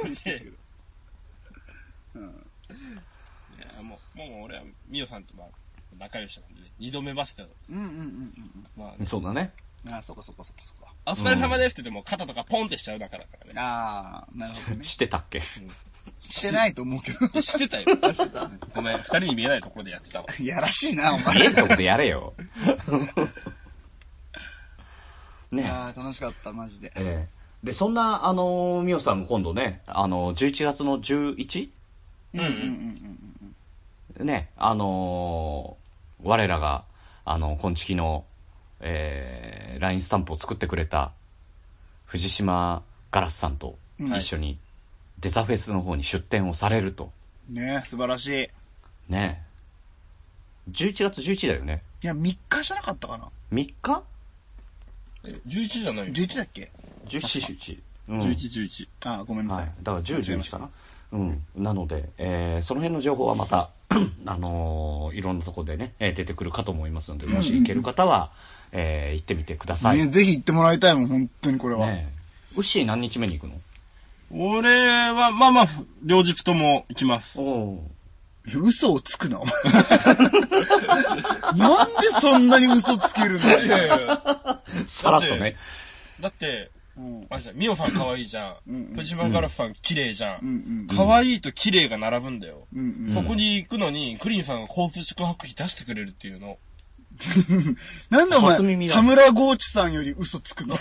や、もう、もう俺はミオさんとまあ、仲良しなんでね、二度目ましたよ。うんうんうんうん。 まあ、そうだね。 ああ、そっかそっかそっかそっか。 お疲れ様ですって言っても肩とかポンってしちゃうだからね。 ああ、なるほどね。 してたっけ、うん、 してないと思うけど。 してたよ。してた。ごめん、二人に見えないところでやってたわ。 やらしいな、お前。 見えるところでやれよ。 ね。ああ、楽しかった、マジで。 ええー。で、そんな、あのー、みおさんも今度ね、あのー、じゅういちがつの じゅういち？ うんうんうんうん。ね、あのー、我らが、あの、今月の、えー、ライン スタンプを作ってくれた藤島ガラスさんと一緒にデザフェスの方に出展をされると。 ねえ、素晴らしい。 ねえ。じゅういちがつじゅういちだよね。 いや、みっかじゃなかったかな。 みっか？ え、じゅういちじゃないよ。 じゅういちだっけ？ じゅういち、じゅういち。 うん、じゅういち、じゅういち。 ああ、ごめんなさい。はい、 だからじゅう、じゅういちかな。うん。なので、えー、その辺の情報はまた、あのー、いろんなところでね、えー、出てくるかと思いますので、もし行ける方は、うんうん、えー、行ってみてください。 ね、ぜひ行ってもらいたいもん、本当にこれは。 ねえ。ウッシー何日目に行くの？ 俺は、まあまあ、両日とも行きます。 お嘘をつくな、お前。なんでそんなに嘘つけるんだよ。いやいやさらっとね。 だって、うん、あれじゃん、ミオさん可愛いじゃん。うんうん、藤島ガラスさん綺麗じゃん。うんうん、可愛いと綺麗が並ぶんだよ、うんうん。そこに行くのに、クリーンさんが交通宿泊費出してくれるっていうの。 なんでお前、サムラゴーチさんより嘘つくの？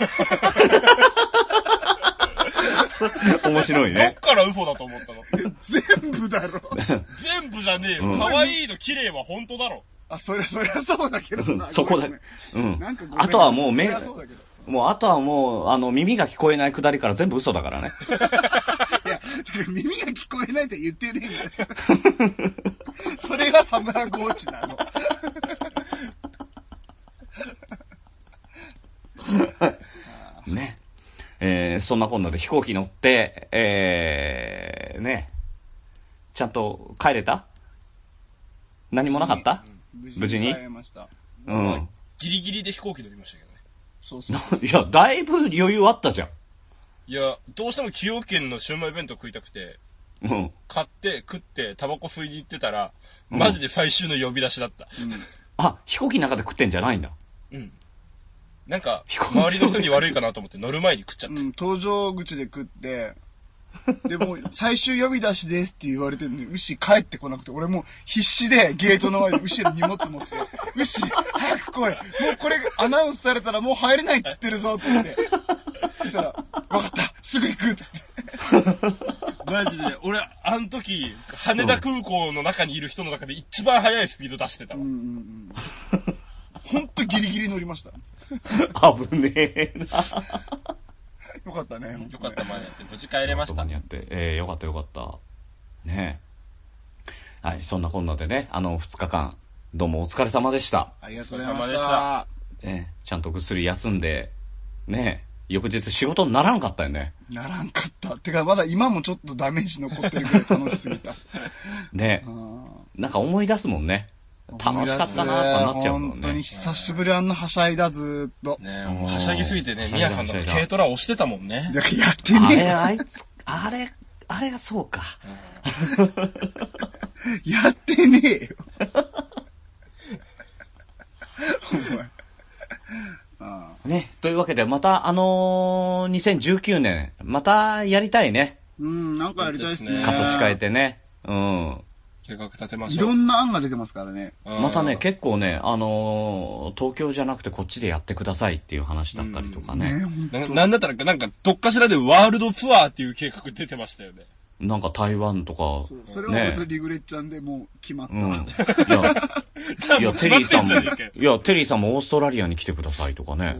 面白いね。 どっから嘘だと思ったの？ 全部だろ。 全部じゃねえよ。可愛いと綺麗は本当だろ。 あ、そりゃそりゃそうだけどな。 そこだ。うん。なんかあとはもう目、もうあとはもう、あの、耳が聞こえないくだりから全部嘘だからね。 いや、耳が聞こえないって言ってねえんだよ。それがサムラゴーチなの。 ね。えー、そんなこんなで飛行機乗って、えー、ね、 ちゃんと帰れた？何もなかった？無事に？ 帰れました。 うん。 ギリギリで飛行機乗りましたけどね。 そうそう。 いや、だいぶ余裕あったじゃん。 いや、どうしても崎陽軒のシウマイ弁当食いたくて、 うん。 買って、食って、タバコ吸いに行ってたら、マジで最終の呼び出しだった。 うん、あ、飛行機の中で食ってんじゃないんだ。 うん。なんか、周りの人に悪いかなと思って乗る前に食っちゃった。 うん、搭乗口で食って、でも、最終呼び出しですって言われてるのに、ウシ帰ってこなくて、俺もう必死でゲートの前でウシの荷物持って、ウシ、早く来い。もうこれアナウンスされたらもう入れないっつってるぞって言って。そしたら、わかった、すぐ行くっつって。 マジで、俺、あの時、羽田空港の中にいる人の中で一番速いスピード出してたわ。うんうんうん。 ほんとギリギリ乗りました。 危ねえな。 よかったね。 よかった、間に合って。無事帰れました。 間に合って。ええー、よかったよかった。ねえ。はい、そんなこんなでね、あの、二日間、どうもお疲れ様でした。 ありがとうございました。 ええ、ちゃんとぐっすり休んで、ねえ、翌日仕事にならんかったよね。 ならんかった。てか、まだ今もちょっとダメージ残ってるぐらい楽しすぎた。 ねえ。なんか思い出すもんね。楽しかったなーってなっちゃうもんね。 本当に久しぶりあんなはしゃいだずーっと。 ねえ、もうはしゃぎすぎてね、ミヤさんの軽トラ押してたもんね。 やってねえ。あれ、あいつ、あれ、あれがそうか。 やってねえよ。 お前。ね、というわけで、また、あのー、にせんじゅうきゅうねん、またやりたいね。 うん、なんかやりたいですね。 形変えてね。うん。 計画立てましょう。 いろんな案が出てますからね。 またね、結構ね、あのー、東京じゃなくてこっちでやってくださいっていう話だったりとかね。 ねな, なんだったら、なんか、どっかしらでワールドツアーっていう計画出てましたよね。 なんか台湾とか。 そう、それは別にリグレッちゃんでもう決まった。うん、いや、 いや、テリーさんも、いや、テリーさんもオーストラリアに来てくださいとかね。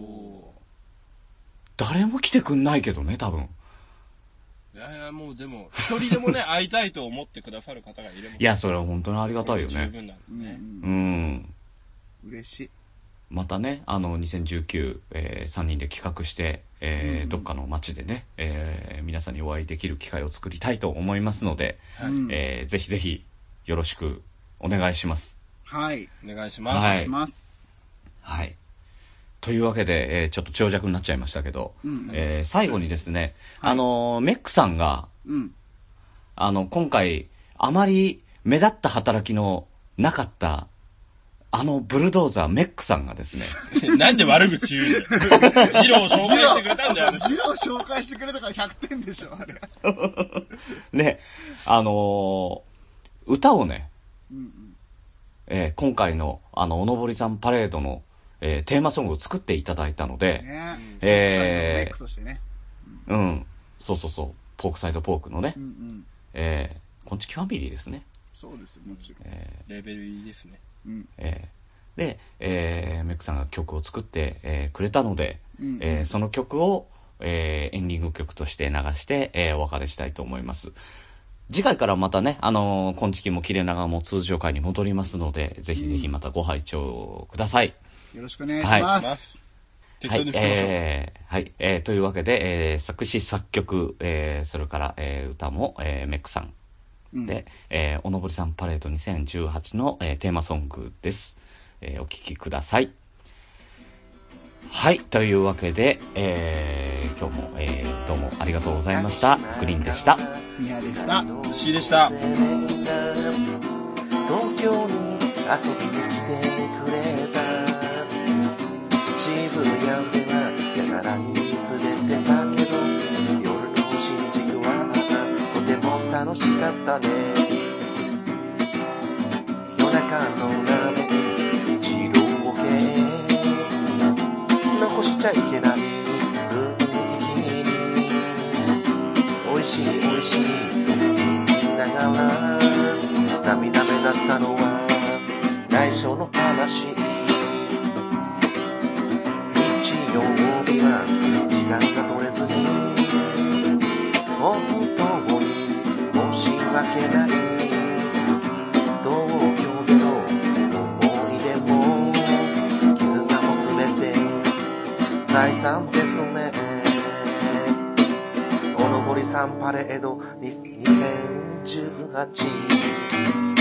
誰も来てくんないけどね、多分。 いやいや、もうでも、一人でもね、会いたいと思ってくださる方がいれば。 いや、それは本当にありがたいよね。 十分なんでね。 うん。嬉しい。 またね、あの、にせんじゅうきゅう、えー、さんにんで企画して、えーうん、どっかの街でね、えー、皆さんにお会いできる機会を作りたいと思いますので、はい、えー、ぜひぜひ、よろしくお願いします。 はい。 お願いします。 はい。 します。 はい。というわけで、えー、ちょっと長尺になっちゃいましたけど、うんえー、最後にですね、はい、あのー、メックさんが、うん、あの、今回、あまり目立った働きのなかった、あのブルドーザーメックさんがですね。 なんで悪口言うの？ジローを紹介してくれたんだよ。 ジロー紹介してくれたからひゃくてんでしょ、あれ。 ね、あのー、歌をね、うんうんえー、今回の、あの、おのぼりさんパレードの、えー、テーマソングを作っていただいたので、ね、えー、 メックとしてね、 うん。うん。そうそうそう。ポークサイドポークのね。うんうん、えー、こんちきファミリーですね。 そうです、もちろん。 えー、レベルいいですね。 うんえー、で、えー、メックさんが曲を作って、えー、くれたので、うんうんえー、その曲を、えー、エンディング曲として流して、えー、お別れしたいと思います。次回からまたね、あのー、こんちきもキレナガも通常回に戻りますので、ぜひぜひまたご拝聴ください。 よろしくお願いします。 はい、はい、えー、はい、えー、というわけで、えー、作詞作曲、えー、それから、えー、歌も、えー、メックさん。で、うん、えー、おのぼりさんパレードにせんじゅうはちの、えー、テーマソングです。えー、お聴きください。はい、というわけで、えー、今日も、えー、どうもありがとうございました。グリーンでした。 ミヤでした。 シーでした。 東京に遊びに来てくれた。渋谷ではやたらに連れてたけど、夜の新宿はとても楽しかったね。夜中の鍋で二郎系残しちゃいけない雰囲気に、美味しい美味しいと言いながら涙目だったのは内緒の話。日曜日は時間が取れずに本当に申し訳ない。東京での思い出も絆も全て財産ですね。おのぼ森さんパレードにせんじゅうはち